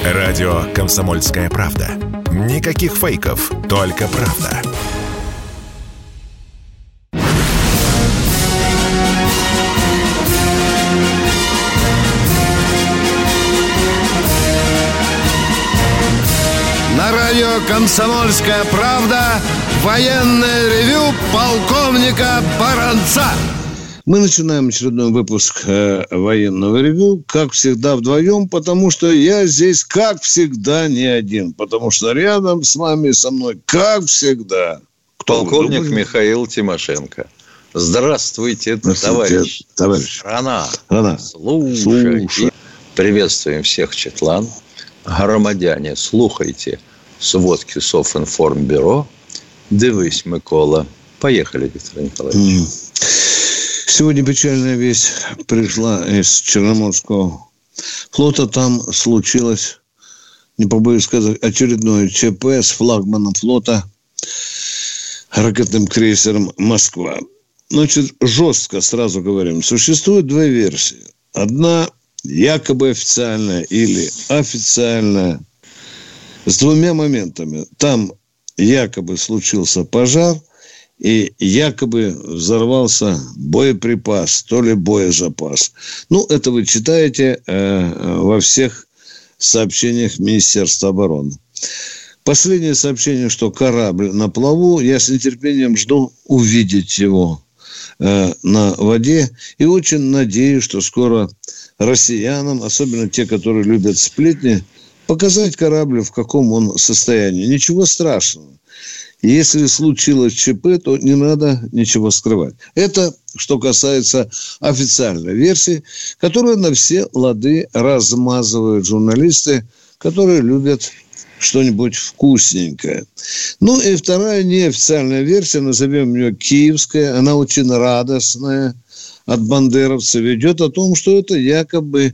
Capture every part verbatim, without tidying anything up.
Радио «Комсомольская правда». Никаких фейков, только правда. На радио «Комсомольская правда» военное ревю полковника Баранца. Мы начинаем очередной выпуск э, военного ревю, как всегда, вдвоем, потому что я здесь, как всегда, не один. Потому что рядом с вами, со мной, как всегда, полковник Михаил Тимошенко. Здравствуйте, Здравствуйте товарищ. товарищ. Страна. Страна. Слушай. Слушай. Приветствуем всех читлан. Громадяне, слухайте сводки Софинформбюро. Дивись, Микола. Поехали, Виктор Николаевич. Mm. Сегодня печальная весть пришла из Черноморского флота. Там случилось, не побоюсь сказать, очередное ЧП с флагманом флота, ракетным крейсером «Москва». Значит, жестко сразу говорим. Существует две версии. Одна якобы официальная или официальная, с двумя моментами. Там якобы случился пожар, и якобы взорвался боеприпас, то ли боезапас. Ну, это вы читаете э, во всех сообщениях Министерства обороны. Последнее сообщение, что корабль на плаву. Я с нетерпением жду увидеть его э, на воде. И очень надеюсь, что скоро россиянам, особенно те, которые любят сплетни, показать корабль, в каком он состоянии. Ничего страшного. Если случилось ЧП, то не надо ничего скрывать. Это что касается официальной версии, которую на все лады размазывают журналисты, которые любят что-нибудь вкусненькое. Ну и вторая неофициальная версия, назовем ее киевская, она очень радостная, от бандеровцев, идет о том, что это якобы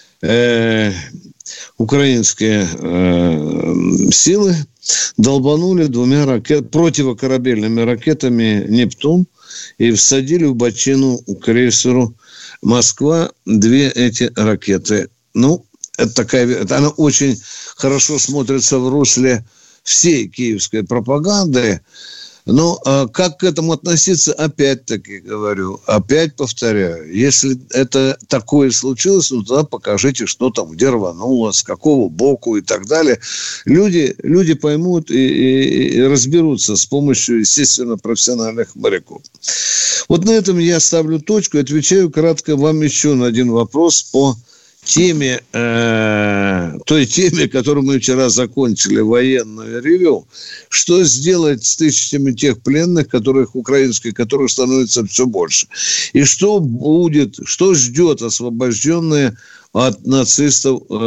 э, украинские э, силы долбанули двумя ракет, противокорабельными ракетами «Нептун» и всадили в бочину крейсеру «Москва» две эти ракеты. Ну, это такая... Она очень хорошо смотрится в русле всей киевской пропаганды. Но а как к этому относиться, опять-таки говорю, опять повторяю, если это такое случилось, ну тогда покажите, что там, где рвануло, с какого боку и так далее. Люди, люди поймут и, и, и разберутся с помощью, естественно, профессиональных моряков. Вот на этом я ставлю точку и отвечаю кратко вам еще на один вопрос по теме, э, той теме, которую мы вчера закончили, военное ревю. Что сделать с тысячами тех пленных, которых украинских, которых становится все больше? И что будет, что ждет освобожденные от нацистов э,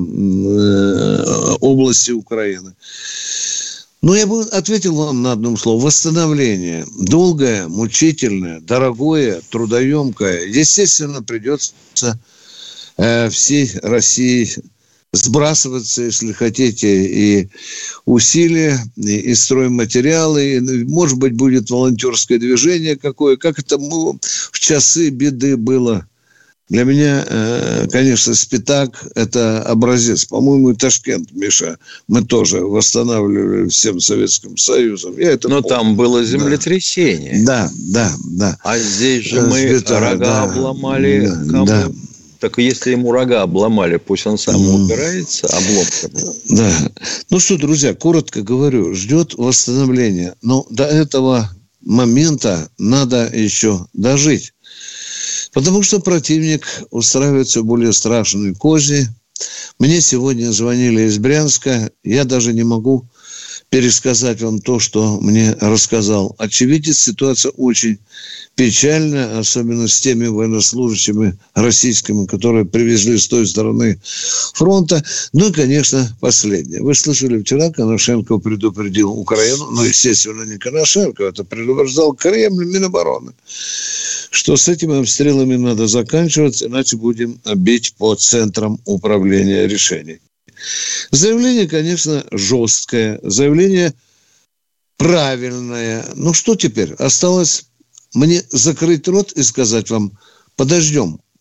э, области Украины? Ну, я бы ответил вам на одном слове. Восстановление. Долгое, мучительное, дорогое, трудоемкое. Естественно, придется всей России сбрасываться, если хотите, и усилия, и, и стройматериалы, и, может быть, будет волонтерское движение какое, как это в часы беды было. Для меня, конечно, Спитак – это образец. По-моему, и Ташкент, Миша, мы тоже восстанавливали всем Советским Союзом. Я это Но помню. Там было землетрясение. Да, да, да. А здесь же мы Спитак, рога да, обломали да, кому? Да. Так если ему рога обломали, пусть он сам mm. упирается обломками. Да. Ну что, друзья, коротко говорю, ждет восстановления. Но до этого момента надо еще дожить. Потому что противник устраивает все более страшные козни. Мне сегодня звонили из Брянска. Я даже не могу пересказать вам то, что мне рассказал очевидец. Ситуация очень печальная, особенно с теми военнослужащими российскими, которые привезли с той стороны фронта. Ну и, конечно, последнее. Вы слышали, вчера Коношенко предупредил Украину, ну, естественно, не Коношенко, это предупреждал Кремль, Минобороны, что с этими обстрелами надо заканчивать, иначе будем бить по центрам управления решений. Заявление, конечно, жесткое, заявление правильное. Ну, что теперь? Осталось мне закрыть рот и сказать вам, подождем,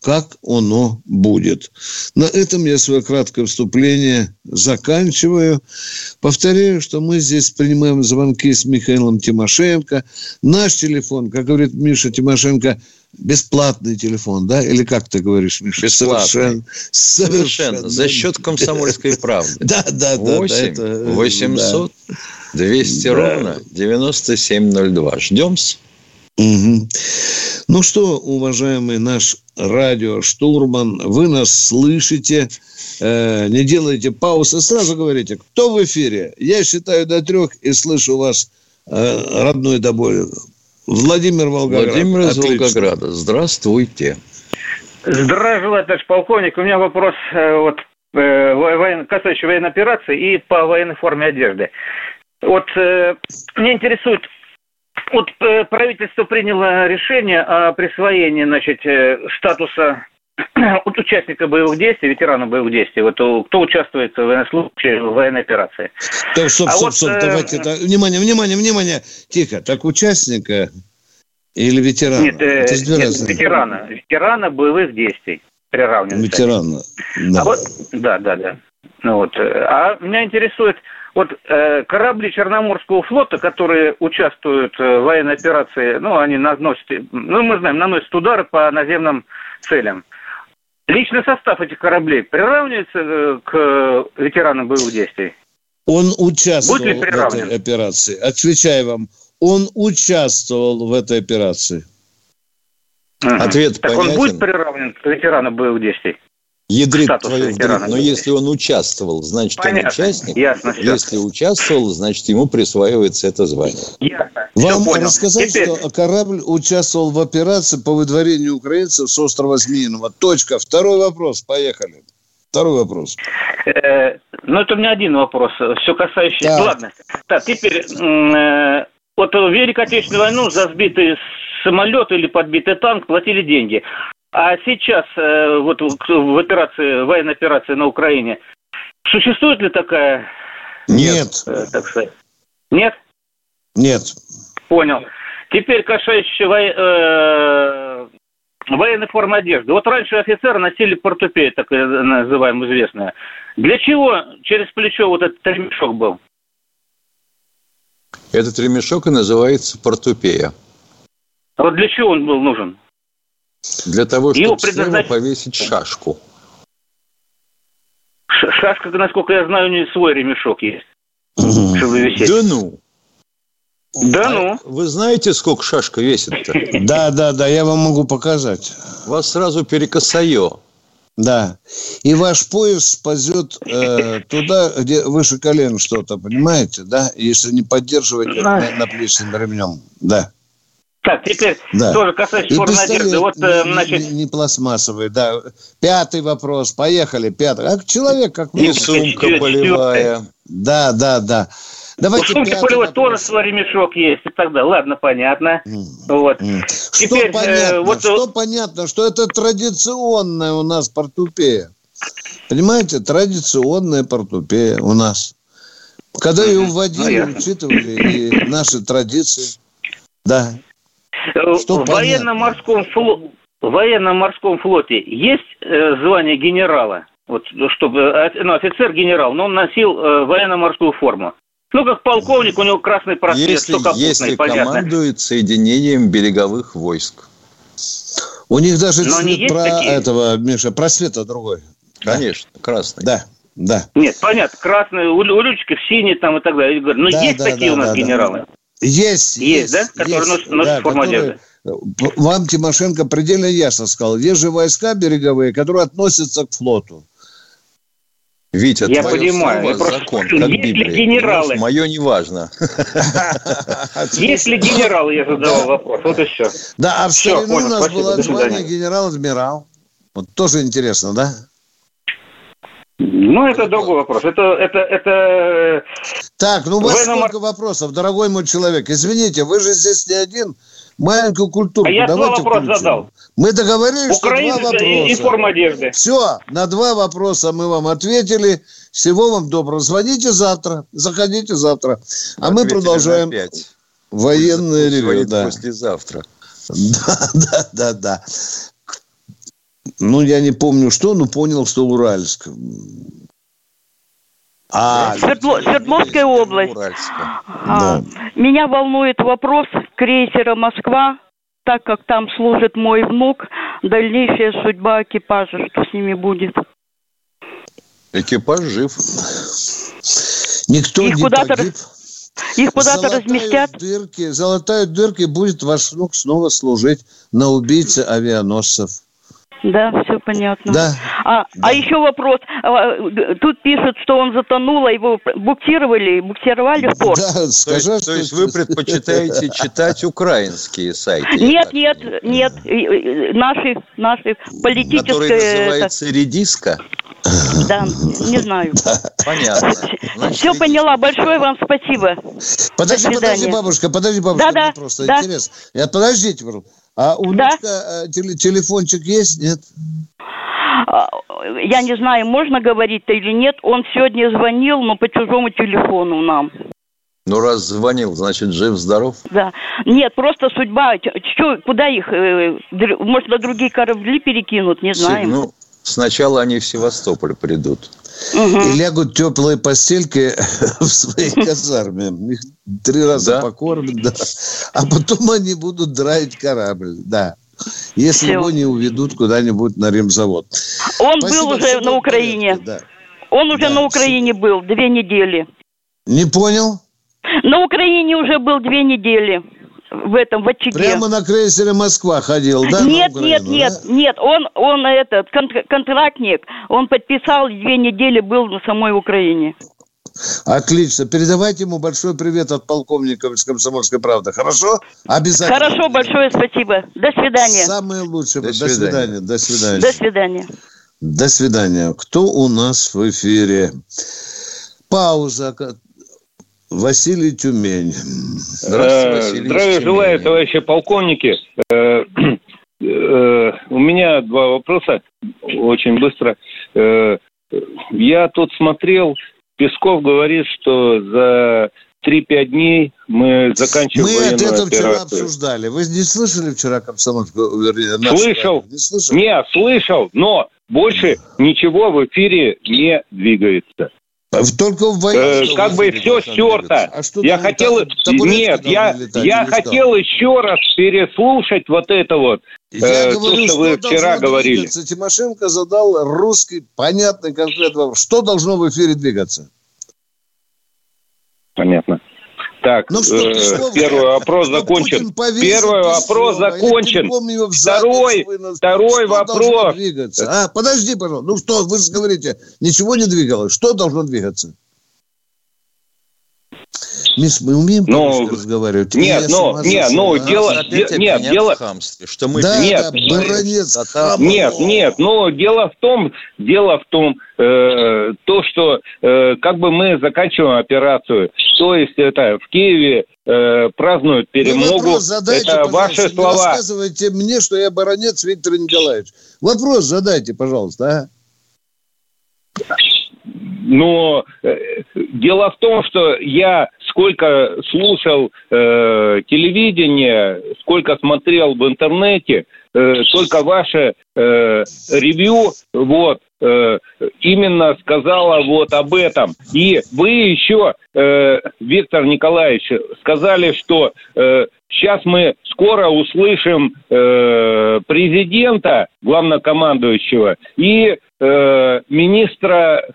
как оно будет. На этом я свое краткое вступление заканчиваю. Повторяю, что мы здесь принимаем звонки с Михаилом Тимошенко. Наш телефон, как говорит Миша Тимошенко, бесплатный телефон, да? Или как ты говоришь, Миша? Бесплатный. Совершенно. Совершенно. За счет «Комсомольской правды». Да, да, да. восемь восемьсот двести ровно девяносто семь ноль два. Ждем-с. Угу. Ну что, уважаемый наш радиоштурман, вы нас слышите, э, не делайте паузы, сразу говорите, кто в эфире. Я считаю до трех и слышу вас э, родной до боли. Владимир Волгоград. Владимир из Волгограда. Здравствуйте. Здравствуйте, товарищ полковник. У меня вопрос э, вот, э, воен... касающий военной операции и по военной форме одежды. Вот э, меня интересует, вот э, правительство приняло решение о присвоении, значит, э, статуса от участника боевых действий, ветерана боевых действий, вот кто участвует в военнослужащей в военной операции. Так, стоп, а стоп, вот, стоп, э... давайте, да, внимание, внимание, внимание, тихо, так участника или ветерана? Нет, э, нет ветерана, ветерана боевых действий приравнен. Ветерана, да. А вот, да, да, да. Ну, вот, а меня интересует, вот э, корабли Черноморского флота, которые участвуют в военной операции, ну, они наносят, ну, мы знаем, наносят удары по наземным целям. Личный состав этих кораблей приравнивается к ветеранам боевых действий? Он участвовал в приравнен? этой операции. Отвечаю вам, он участвовал в этой операции. Угу. Ответ так понятен. Он будет приравнен к ветеранам боевых действий? Ядрит твою вдрит. Но если он участвовал, значит, понятно. Он участник. Ясно, если участвовал, значит, ему присваивается это звание. Ясно. Вам понял. рассказать, Теперь... что корабль участвовал в операции по выдворению украинцев с острова Змеиного. Точка. Второй вопрос. Поехали. Второй вопрос. Э, ну, это у меня один вопрос. Все касающийся... Так. Ладно. Так, теперь... Э, вот в Великой Отечественную войну за сбитый самолет или подбитый танк платили деньги. А сейчас, э, вот в операции, военной операции на Украине, существует ли такая... Нет. Э, так сказать? Нет? Нет. Понял. Теперь касающийся во... э, военной формы одежды. Вот раньше офицеры носили портупею, так называемую, известную. Для чего через плечо вот этот ремешок был? Этот ремешок и называется портупея. А вот для чего он был нужен? Для того, чтобы предназнач... слева повесить шашку. Ш- шашка, насколько я знаю, у нее свой ремешок есть. Mm-hmm. Чтобы висеть. Да ну? Да а ну? Вы знаете, сколько шашка весит-то? Да, да, да, я вам могу показать. Вас сразу перекосаю. Да. И ваш пояс ползет э, туда, где выше колен что-то, понимаете, да? Если не поддерживать на, наплечным ремнем. Да. Так, теперь да. тоже касается формы одежды. Вот, не, значит... не, не пластмассовый, да. Пятый вопрос. Поехали, пятый. А человек как... И сумка полевая. Да, да, да. Давайте у сумки полевой тоже свой ремешок есть и так далее. Ладно, понятно. Mm. Вот. Mm. Теперь, что, понятно, э, вот... что понятно? Что это традиционная у нас портупея. Понимаете? Традиционная портупея у нас. Когда ее вводили, ну, учитывали и наши традиции. Да. Что в военно-морском, фло... в военно-морском флоте есть э, звание генерала? Вот, чтобы, ну, офицер-генерал, но он носил э, военно-морскую форму. Ну, как полковник, у него красный просвет, если, стокопутный, если понятно. командует соединением береговых войск. У них даже но цвет про такие... этого, Миша, просвета другой. Конечно, да. Красный. Да, да. Нет, понятно, красный, у, у Лючиков синий там и так далее. Но да, есть да, такие да, у нас да, генералы? Да. Есть, есть. Есть, да? Которые носят, носят да, форму одежды. Вам Тимошенко предельно ясно сказал. Есть же войска береговые, которые относятся к флоту. Витя, я понимаю, слово, закон, как Библия. Генералы... Мое не важно. Если генералы, я задавал вопрос, вот и все. Да, а в старину у нас было звание генерал-адмирал. Вот тоже интересно, да? Ну, это другой вопрос. Это, это, это... Так, ну у вас сколько вопросов, дорогой мой человек. Извините, вы же здесь не один. Маленькую культуру. А я два вопроса задал. Мы договорились, Украина что два вопроса. И форма одежды. Все, на два вопроса мы вам ответили. Всего вам доброго. Звоните завтра, заходите завтра. А ответили мы продолжаем военное ревю. Да. Послезавтра. Да, да, да, да. Ну, я не помню что, но понял, что Уральск. А, Свердло... Свердловская область. А, да. Меня волнует вопрос крейсера «Москва», так как там служит мой внук, дальнейшая судьба экипажа, что с ними будет. Экипаж жив. Никто их не куда-то погиб. Их куда-то Золотая разместят. Дырки, золотая дырки будет ваш внук снова служить на убийце авианосцев. Да, все понятно. Да. А, да. а еще вопрос. Тут пишут, что он затонул, а его буксировали, буксировали в порт. Да, скажи, то есть, то есть вы предпочитаете читать украинские сайты? Нет, нет, нет. Наши, наши политические... Который называется «Редиска»? Да, не знаю. Понятно. Значит, все поняла. Большое вам спасибо. Подожди, подожди, бабушка, подожди, бабушка. Да, да, просто да. интересно. Я, подождите, а у да. внучка телефончик есть, нет? Я не знаю, можно говорить-то или нет. Он сегодня звонил, но по чужому телефону нам. Ну, раз звонил, значит, жив-здоров? Да. Нет, просто судьба. Че, куда их? Может, на другие корабли перекинут, не знаем. Ну, сначала они в Севастополь придут. Угу. И лягут теплые постельки в своей казарме. Их три раза да? покормят, да. А потом они будут драить корабль, да. Если Все. его не уведут куда-нибудь на ремзавод. Он Спасибо, был уже на Украине. Порядке, да. Он уже да, на Украине все. был две недели. Не понял? На Украине уже был две недели. В этом, в очаге. Прямо на крейсере «Москва» ходил, да? Нет, Украину, нет, нет, да? нет. Он, он этот, контрактник. Он подписал, две недели был на самой Украине. Отлично. Передавайте ему большой привет от полковника из «Комсомольской правды». Хорошо? Обязательно. Хорошо, большое спасибо. До свидания. Самое лучшее. До, До свидания. свидания. До свидания. До свидания. До свидания. Кто у нас в эфире? Пауза. Василий Тюмень. Здравствуйте, Василий. Здравия желаю, товарищи полковники. У меня два вопроса. Очень быстро. Я тут смотрел, Песков говорит, что за три-пять дней мы заканчиваем мы военную это операцию. вчера обсуждали. Вы не слышали вчера комсомольскую, вернее, слышал. Не слышал? Не, слышал, но больше ничего в эфире не двигается. Только в войне. Э, как бы все стерто. А я хотел... Там, нет, я, летать, я хотел что? еще раз переслушать вот это вот. Я э, говорю, то, что, что вы вчера говорили. Двигаться? Тимошенко задал русский, понятный, конкретный вопрос. Что должно в эфире двигаться? Понятно. Так, ну, что, э, что первый вопрос закончен. Первый вопрос закончен. Второй, второй вопрос. А, подожди, пожалуйста. Ну что, вы же говорите, ничего не двигалось. Что должно двигаться? Мисс, мы умеем ну, разговаривать? Нет, ну, нет, ну, дело... Нет, дело... Хамстве, что мы... Да, нет, да, баронец. Нет, нет, но дело в том, дело в том, э, то, что э, как бы мы заканчиваем операцию, то есть это в Киеве э, празднуют перемогу, задайте, это ваши слова. Не рассказывайте мне, что я баронец Виктор Николаевич. Вопрос задайте, пожалуйста, а? Но э, дело в том, что я сколько слушал э, телевидение, сколько смотрел в интернете, э, только ваше э, ревью вот э, именно сказала вот об этом. И вы еще, э, Виктор Николаевич, сказали, что э, сейчас мы скоро услышим э, президента, главнокомандующего, и э, министра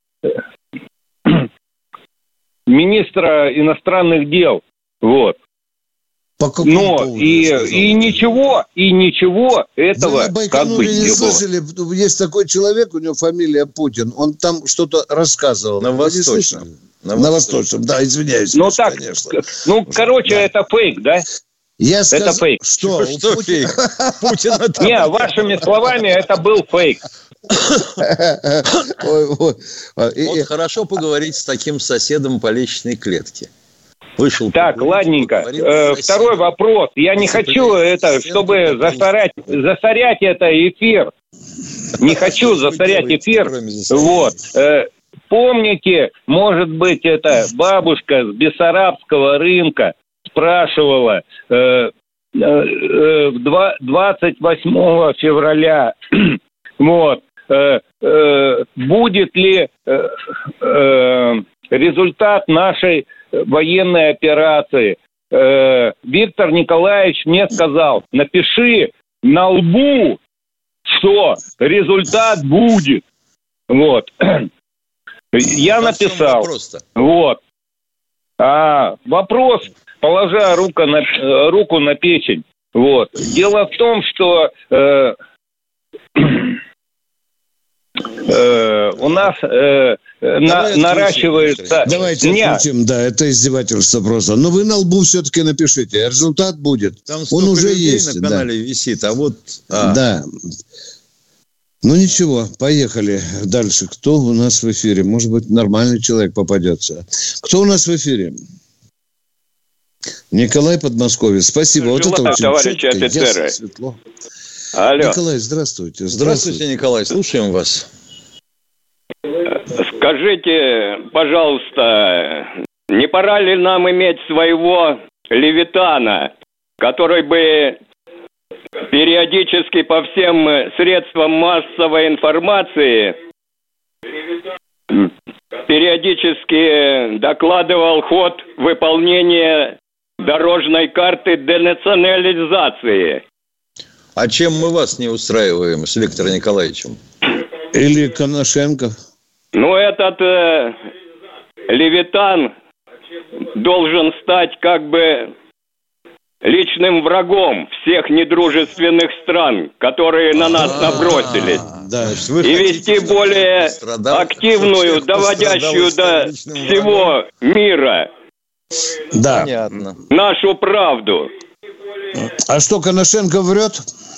министра иностранных дел, вот. Но и, и ничего, и ничего этого вы как бы не, не слышали, было. Есть такой человек, у него фамилия Путин, он там что-то рассказывал. На Восточном. На, на Восточном, да, извиняюсь. Ну так, конечно. ну короче, да. Это фейк, да? Я сказ... Это фейк. Что? Что Путин... фейк? Путин это... Не, вашими словами это был фейк. ой, ой. Вот хорошо поговорить с таким соседом по личной клетке. Вышел. Так, ладненько. Э, второй вопрос. Я не хочу это, чтобы засорять, засорять это эфир. Не хочу засорять эфир. Вот. Э, помните, может быть, это бабушка с Бессарабского рынка спрашивала э, э, э, двадцать восьмого февраля Вот. Э, э, будет ли э, э, результат нашей военной операции? Э, Виктор Николаевич мне сказал, напиши на лбу, что результат будет. Вот. Я а написал. Вот. А вопрос, положа руку на, руку на печень. Вот. Дело в том, что э, э, у нас э, на, наращивается... Давайте отключим, да, это издевательство просто. Но вы на лбу все-таки напишите, результат будет. Там он уже есть. На канале да. висит, а вот... А. Да. Ну ничего, поехали дальше. Кто у нас в эфире? Может быть, нормальный человек попадется. Кто у нас в эфире? Николай, Подмосковье. Спасибо. Желаю, вот это очень товарищи четко, офицеры. ясно, светло. Алло. Николай, здравствуйте. Здравствуйте. Здравствуйте, Николай. Слушаем вас. Скажите, пожалуйста, не пора ли нам иметь своего Левитана, который бы периодически по всем средствам массовой информации периодически докладывал ход выполнения дорожной карты денационализации? А чем мы вас не устраиваем с Виктором Николаевичем? Или Коношенко? Ну, этот э, Левитан должен стать как бы личным врагом всех недружественных стран, которые на нас набросились. Да. И вести более активную, доводящую до всего мира да. Понятно. нашу правду. А что, Коношенко врет?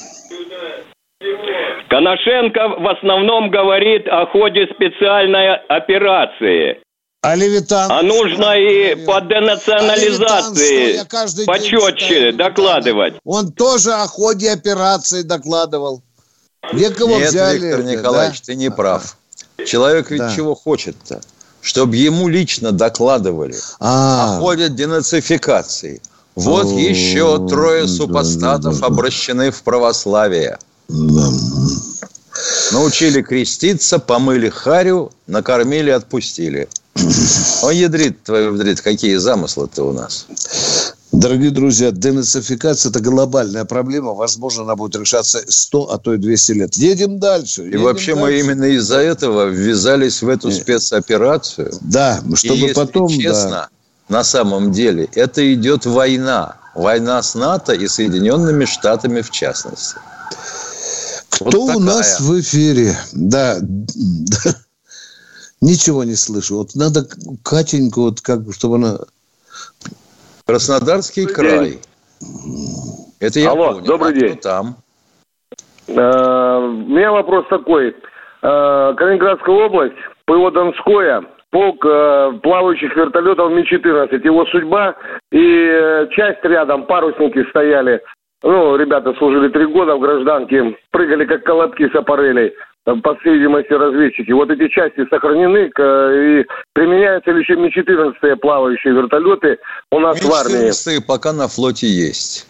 Коношенко в основном говорит о ходе специальной операции. А Левитан? А нужно и по денационализации а почетче докладывать. Он тоже о ходе операции докладывал. Где кого Нет, взяли? Виктор это, Николаевич, да? ты не прав. Человек ведь да. чего хочет-то? Чтобы ему лично докладывали А-а-а. о ходе денацификации. Вот О-о-о. еще трое супостатов да, да, да. обращены в православие. Да. Научили креститься, помыли харю, накормили, отпустили. Он ядрит, твою ядрит, какие замыслы-то у нас. Дорогие друзья, денацификация – это глобальная проблема. Возможно, она будет решаться сто, а то и двести лет. Едем дальше. И едем вообще дальше. Мы именно из-за этого ввязались в эту спецоперацию. Да, чтобы и если потом… честно, да. на самом деле, это идет война. Война с НАТО и Соединенными Штатами в частности. Кто вот у нас в эфире? Да, да. Ничего не слышу. Вот надо Катеньку, вот как, чтобы она... Краснодарский край. Это я Алло, понял. Добрый а день. Кто там? У меня вопрос такой. Калининградская область, ПО Донское, полк плавающих вертолетов Ми четырнадцать. Его судьба и часть рядом, парусники стояли. Ну, ребята служили три года в гражданке, прыгали как колобки с аппарелей. По всей видимости, разведчики. Вот эти части сохранены и применяются лишь Ми четырнадцать плавающие вертолеты у нас в армии. Ми четырнадцать пока на флоте есть.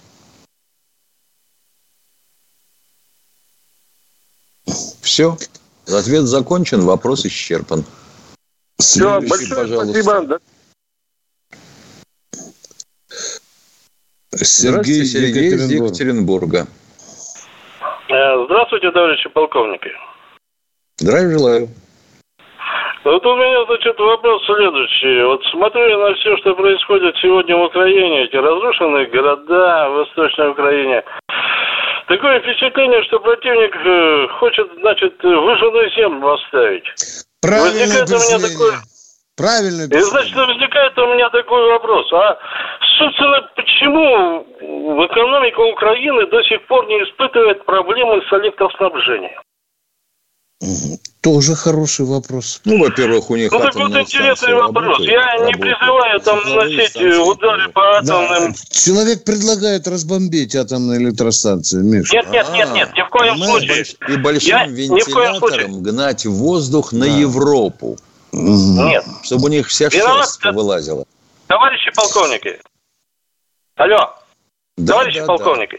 Все. Ответ закончен, вопрос исчерпан. Все, большое пожалуйста. Спасибо. Сергей, Сергей из Екатеринбурга. Здравствуйте, товарищи полковники. Здравия желаю. Вот у меня, значит, вопрос следующий. Вот смотрю я на все, что происходит сегодня в Украине, эти разрушенные города в Восточной Украине. Такое впечатление, что противник хочет, значит, выжженную землю оставить. Правильное возникает у меня такой... Правильно. И, значит, возникает у меня такой вопрос. А, собственно, почему экономика Украины до сих пор не испытывает проблемы с электроснабжением? Тоже хороший вопрос. Ну, во-первых, у них ну, так вот интересный вопрос. Работает, Я не призываю там наносить удары по атомным... Да. Человек предлагает разбомбить атомные электростанции, Миша. Нет, нет, нет, нет, ни в коем случае. И большим Я вентилятором гнать воздух на да. Европу. Нет. Чтобы у них вся шерсть вылазила. Товарищи полковники. Алло. Да, Товарищи да, полковники. Да.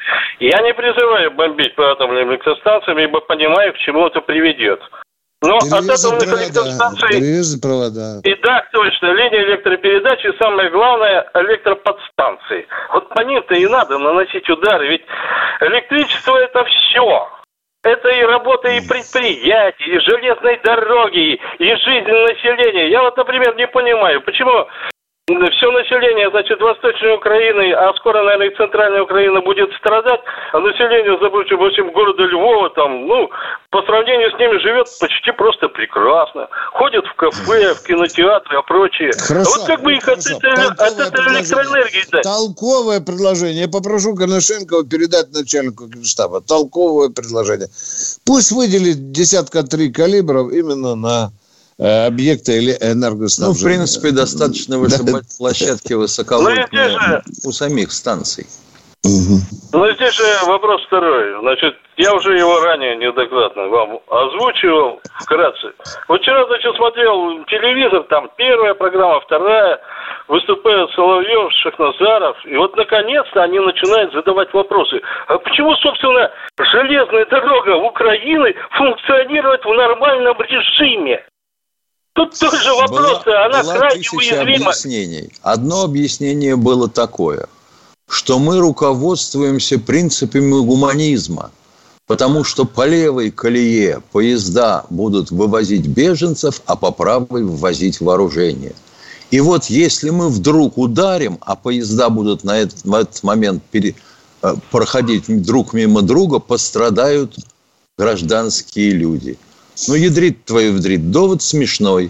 Я не призываю бомбить по атомным электростанциям, ибо понимаю, к чему это приведет. Но от атомных электростанций... провода. И да, точно, линии электропередачи, и самое главное, электроподстанции. Вот по ним-то и надо наносить удары, ведь электричество – это все. Это и работа и предприятий, и железной дороги, и жизнь населения. Я вот, например, не понимаю, почему все население, значит, Восточной Украины, а скоро, наверное, и Центральная Украина будет страдать, а население, допустим, города Львова, там, ну, по сравнению с ними живет почти просто прекрасно. Ходят в кафе, в кинотеатры, а прочее. Хорошо, а вот как бы их от этой, от этой электроэнергии дать? Толковое предложение. Я попрошу Коношенкова передать начальнику штаба. Толковое предложение. Пусть выделит десятка три калибров именно на объекты или энергостанции. Ну, в принципе, достаточно высыпать площадки высоковольтные у самих станций. Угу. Ну, здесь же вопрос второй. Значит, я уже его ранее неоднократно вам озвучивал вкратце. Вот вчера, значит, смотрел телевизор, там первая программа, вторая, выступают Соловьев, Шахназаров, и вот, наконец-то, они начинают задавать вопросы. А почему, собственно, железная дорога Украины функционирует в нормальном режиме? Тут тоже вопрос, была, она была крайне уязвима. Объяснений. Одно объяснение было такое, что мы руководствуемся принципами гуманизма, потому что по левой колее поезда будут вывозить беженцев, а по правой ввозить вооружение. И вот если мы вдруг ударим, а поезда будут на этот, в этот момент пере, проходить друг мимо друга, пострадают гражданские люди. Ну, ядрит твою вдрит, довод смешной.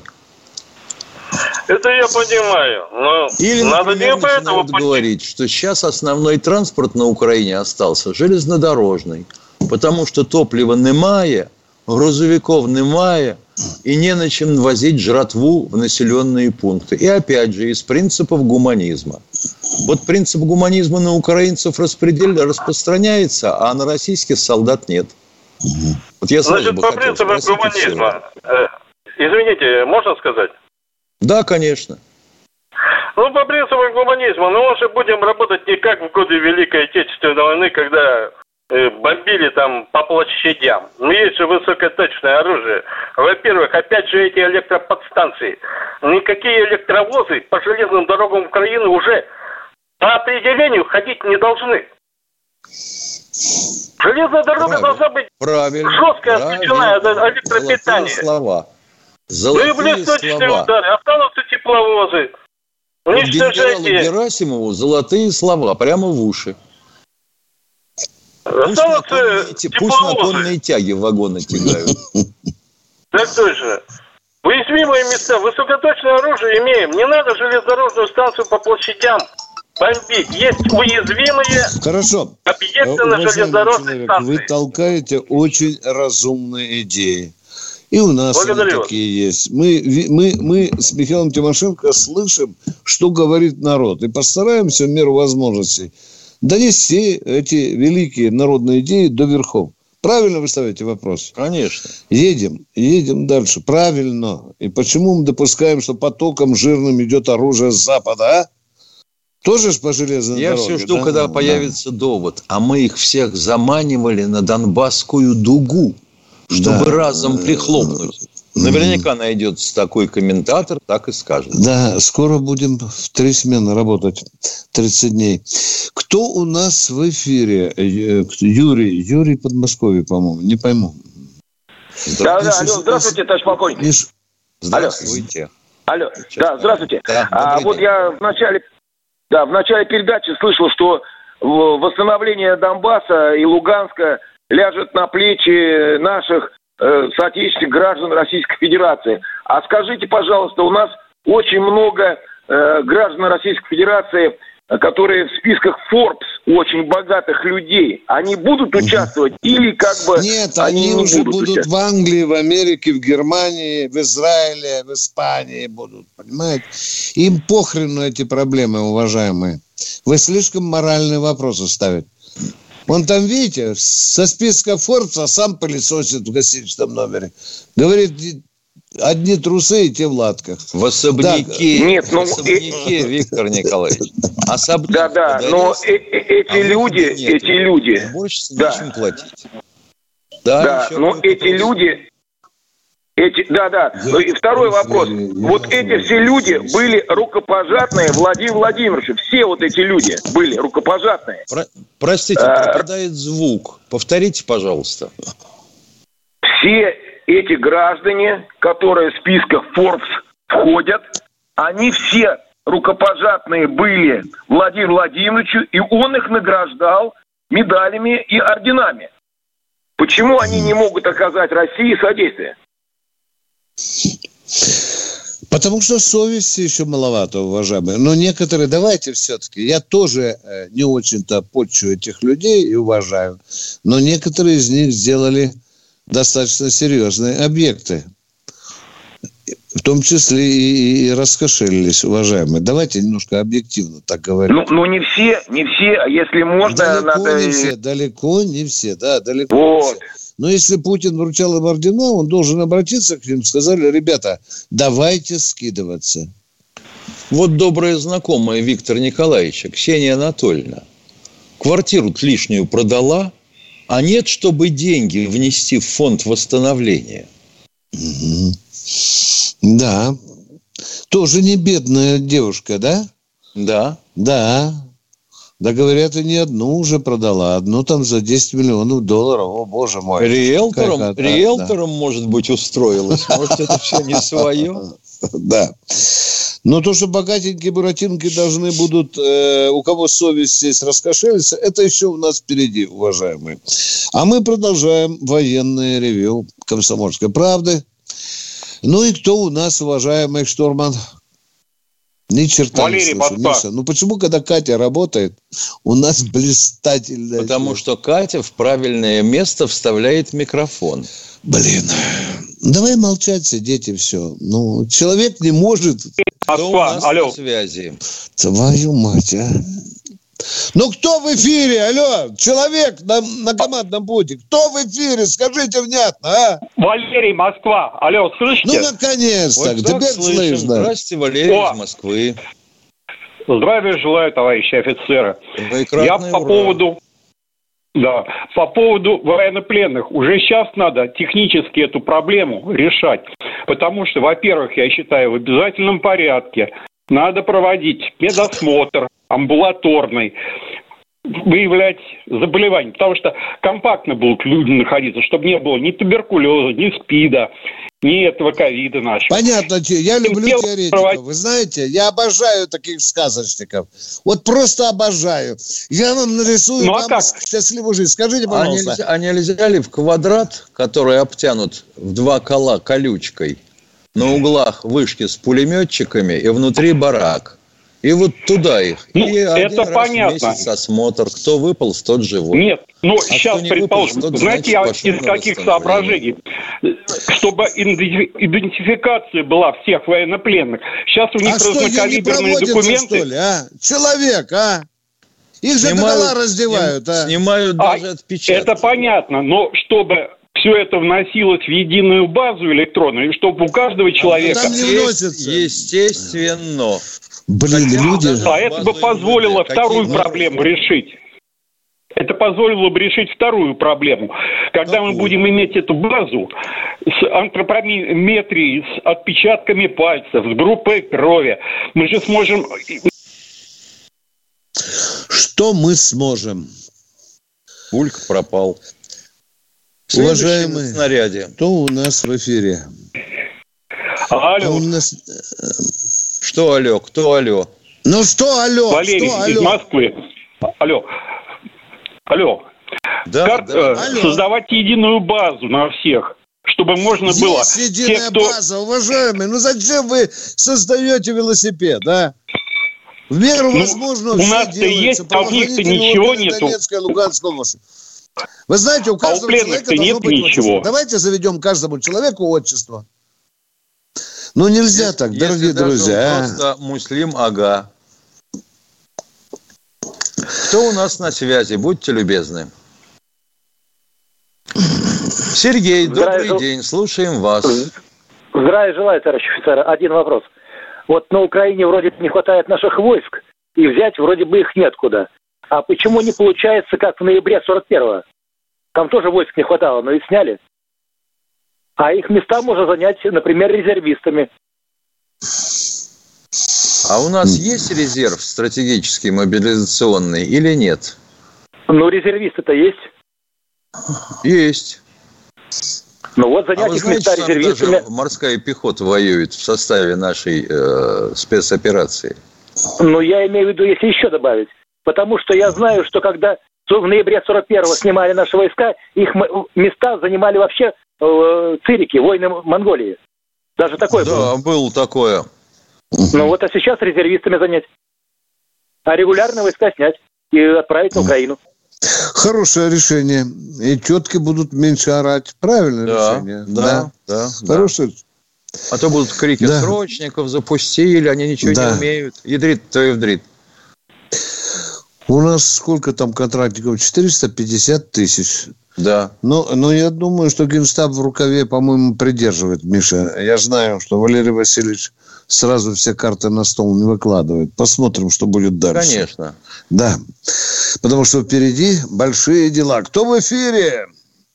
Это я понимаю, но Или, надо например, не поэтому говорить, что сейчас основной транспорт на Украине остался железнодорожный, потому что топлива немає, грузовиков немає, и не на чем возить жратву в населенные пункты. И опять же, из принципов гуманизма. Вот принцип гуманизма на украинцев распредел... распространяется, а на российских солдат нет. Вот я Значит, по принципам гуманизма, э, извините, можно сказать? Да, конечно. Ну, по принципам гуманизма, но мы же будем работать не как в годы Великой Отечественной войны, когда э, бомбили там по площадям. Но есть же высокоточное оружие. Во-первых, опять же эти электроподстанции. Никакие электровозы по железным дорогам Украины уже по определению ходить не должны. Железная дорога правильно, должна быть правильно, жестко отключена от электропитания. Золотые слова. Золотые ну и блесточные удары. Останутся тепловозы. Уничтожайте. Генералу Герасимову золотые слова прямо в уши. Пусть на конные тяги в вагоны тягают. Так точно. Уязвимые места. Высокоточное оружие имеем. Не надо железнодорожную станцию по площадям бомбить. Есть уязвимые Хорошо. объекты на железнодорожной станции. Вы толкаете очень разумные идеи. И у нас такие есть. Мы, мы, мы с Михаилом Тимошенко слышим, что говорит народ. И постараемся в меру возможностей донести эти великие народные идеи до верхов. Правильно вы ставите вопрос? Конечно. Едем, едем дальше. Правильно. И почему мы допускаем, что потоком жирным идет оружие с запада, а? Тоже ж по железной Я дороге, все жду, да? когда да. появится довод. А мы их всех заманивали на Донбасскую дугу, чтобы да. разом прихлопнуть. Наверняка найдется такой комментатор, так и скажет. Да, скоро будем в три смены работать, тридцать дней. Кто у нас в эфире? Юрий. Юрий Подмосковье, по-моему. Не пойму. Да, да, алло, здравствуйте, товарищ полковник. Иш... Здравствуйте. Алло, Сейчас. да, здравствуйте. Да, а, вот я в начале, да, в начале передачи слышал, что восстановление Донбасса и Луганска ляжет на плечи наших э, соотечественных граждан Российской Федерации. А скажите, пожалуйста, у нас очень много э, граждан Российской Федерации, которые в списках Forbes очень богатых людей. Они будут участвовать или как бы... Нет, они, они не уже будут, будут в Англии, в Америке, в Германии, в Израиле, в Испании будут, понимаете? Им похрен на эти проблемы, уважаемые. Вы слишком моральные вопросы ставите. Вон там, видите, со списка Forbes, а сам пылесосит в гостиничном номере. Говорит, одни трусы и те в латках. В особняке, да. Нет, в ну, особняке э... Виктор Николаевич. Особняк да, да, но э- э- эти а люди, эти люди... Уборщице да. нечем платить. Да, да но эти вопрос. люди... Эти, да, да. Ну, и второй вопрос. Вот эти все люди были рукопожатные Владимиру Владимировичу. Все вот эти люди были рукопожатные. Про- простите, а, пропадает звук. Повторите, пожалуйста. Все эти граждане, которые в списках Forbes входят, они все рукопожатные были Владимиру Владимировичу, и он их награждал медалями и орденами. Почему они не могут оказать России содействие? Потому что совести еще маловато, уважаемые. Но некоторые, давайте все-таки, я тоже не очень-то почву этих людей и уважаю, но некоторые из них сделали достаточно серьезные объекты. В том числе и, и раскошелились, уважаемые. Давайте немножко объективно так говорить. Ну, ну не все, не все, а если можно, далеко надо... не все, далеко не все, да, далеко вот. не все. Но если Путин вручал им ордена, он должен обратиться к ним. Сказали, ребята, давайте скидываться. Вот добрая знакомая Виктора Николаевича, Ксения Анатольевна, квартиру-то лишнюю продала, а нет, чтобы деньги внести в фонд восстановления. Угу. Да. Тоже не бедная девушка, да? Да. Да. Да, говорят, и не одну уже продала. Одну там за десять миллионов долларов. О, боже мой. Риэлтором, как, риэлтором да. может быть, устроилась. Может, это все не свое? Да. Но то, что богатенькие буратинки должны будут, э, у кого совесть здесь раскошелиться, это еще у нас впереди, уважаемые. А мы продолжаем военное ревью «Комсомольской правды». Ну и кто у нас, уважаемый штурман? Ни черта Валерий не слышу. Миша, ну почему, когда Катя работает, у нас блистательная... Потому что Катя в правильное место вставляет микрофон. Блин, давай молчать, сидеть и все. Ну, человек не может... Кто у нас Алло. на связи? Твою мать, а... Ну, кто в эфире? Алло, человек на, на командном пути. Кто в эфире? Скажите внятно, а? Валерий, Москва. Алло, слышите? Ну, наконец-то. Вот теперь слышим. Здравствуйте, Валерий О. из Москвы. Здравия желаю, товарищи офицеры. Я по ура. поводу... Да, по поводу военнопленных. Уже сейчас надо технически эту проблему решать. Потому что, во-первых, я считаю, в обязательном порядке надо проводить медосмотр амбулаторный, выявлять заболевания, потому что компактно будут люди находиться, чтобы не было ни туберкулеза, ни СПИДа, ни этого ковида нашего. Понятно, я люблю теоретиков. Вы знаете, я обожаю таких сказочников. Вот просто обожаю. Я вам нарисую ну, вам а как? счастливую жизнь. Скажите, пожалуйста. А нельзя, а нельзя ли в квадрат, который обтянут в два кола колючкой, на углах вышки с пулеметчиками и внутри барак? И вот туда их. Ну, и один это раз понятно. в месяц осмотр. Кто выполз, тот живой. Нет, ну а сейчас, предположим, выполз, знаете, я из каких соображений? Чтобы идентификация была всех военнопленных. Сейчас у них а разнокалиберные что, документы. Что ли, а? Человек, а? Их же догола раздевают, а? Снимают даже а, отпечатки. Это понятно, но чтобы... все это вносилось в единую базу электронную, чтобы у каждого человека... А там не вносится. Естественно. Блин, Хотя, люди... А это бы позволило вторую какие проблему решить. Это позволило бы решить вторую проблему. Когда Какую? мы будем иметь эту базу с антропометрией, с отпечатками пальцев, с группой крови, мы же сможем... Что мы сможем? Пульк пропал. Уважаемые, снаряде. Кто у нас в эфире? Алло. А у нас... Что алло? Кто алло? Ну что алло? Валерий что, из алло? Москвы. Алло. Алло. Да, как да. э, Алло. создавать единую базу на всех, чтобы можно Есть было... Есть единая те, кто... база, уважаемые. Ну зачем вы создаете велосипед, а? В меру ну, возможного у все нас-то делается. есть, а у них-то ничего нету. Донецкая, Луганская область. Вы знаете, у каждого а у человека должно нет быть ничего. отчество. Давайте заведем каждому человеку отчество. Ну нельзя если, так, если дорогие друзья. Просто муслим ага. Кто у нас на связи? Будьте любезны. Сергей, добрый Здравия... день, слушаем вас. Здравия желаю, товарищ офицер. Один вопрос. Вот на Украине вроде не хватает наших войск, и взять вроде бы их неоткуда. А почему не получается, как в ноябре сорок первого? Там тоже войск не хватало, но и сняли. А их места можно занять, например, резервистами. А у нас есть резерв стратегический, мобилизационный или нет? Ну, резервисты-то есть. Есть. Ну вот занять а вы их знаете, места резервистами. Даже морская пехота воюет в составе нашей э, спецоперации. Ну, я имею в виду, если еще добавить. Потому что я знаю, что когда в ноябре сорок первого снимали наши войска, их места занимали вообще э, цирики, воины Монголии. Даже такое было. Да, было такое. Ну вот, а сейчас резервистами занять. А регулярные войска снять и отправить на Украину. Хорошее решение. И тетки будут меньше орать. Правильное да, решение. Да, да. да Хорошее. А то будут крики да. срочников запустили, они ничего да. не умеют. Ядрит-то и вдрит. У нас сколько там контрактников? четыреста пятьдесят тысяч. Да. Но, но я думаю, что Генштаб в рукаве, по-моему, придерживает, Миша. Я знаю, что Валерий Васильевич сразу все карты на стол не выкладывает. Посмотрим, что будет дальше. Конечно. Да. Потому что впереди большие дела. Кто в эфире?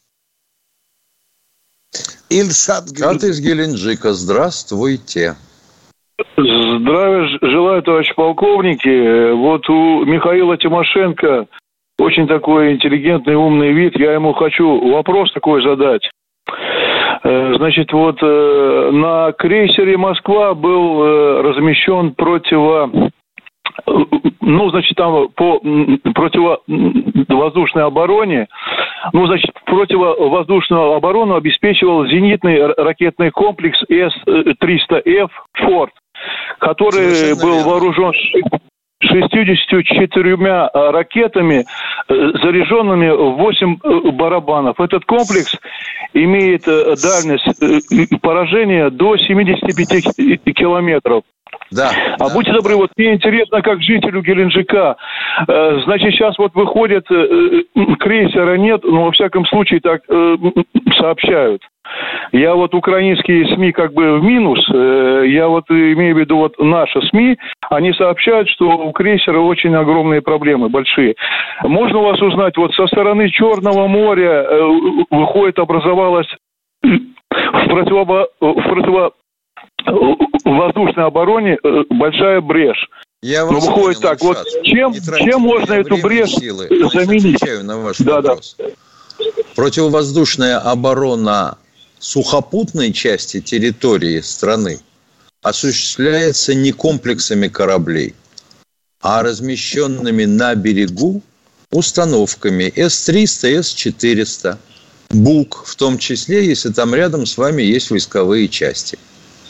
Ильшат Ильшат из Геленджика. Здравствуйте. Здравия желаю, товарищ полковники. Вот у Михаила Тимошенко очень такой интеллигентный, умный вид. Я ему хочу вопрос такой задать. Значит, вот на крейсере «Москва» был размещен противо... Ну, значит, там по противовоздушной обороне, ну, значит, противовоздушную оборону обеспечивал зенитный ракетный комплекс эс триста эф «Форд», который Совершенно был верно. вооружен шестьюдесятью четырьмя ракетами, заряженными в восемь барабанов. Этот комплекс имеет дальность поражения до семидесяти пяти километров. Да, а да. будьте добры, вот мне интересно, как жителю Геленджика. Значит, сейчас вот выходит, крейсера нет, но во всяком случае так сообщают. Я вот украинские СМИ как бы в минус, я вот имею в виду вот наши СМИ, они сообщают, что у крейсера очень огромные проблемы, большие. Можно у вас узнать, вот со стороны Черного моря выходит, образовалась в противо... в противо... в воздушной обороне большая брешь. Я Но выходит так, вот чем, чем можно эту брешь силы. заменить? Отвечаю на ваш да, вопрос. Да. Противовоздушная оборона сухопутной части территории страны осуществляется не комплексами кораблей, а размещенными на берегу установками эс триста, эс четыреста, БУК, в том числе, если там рядом с вами есть войсковые части.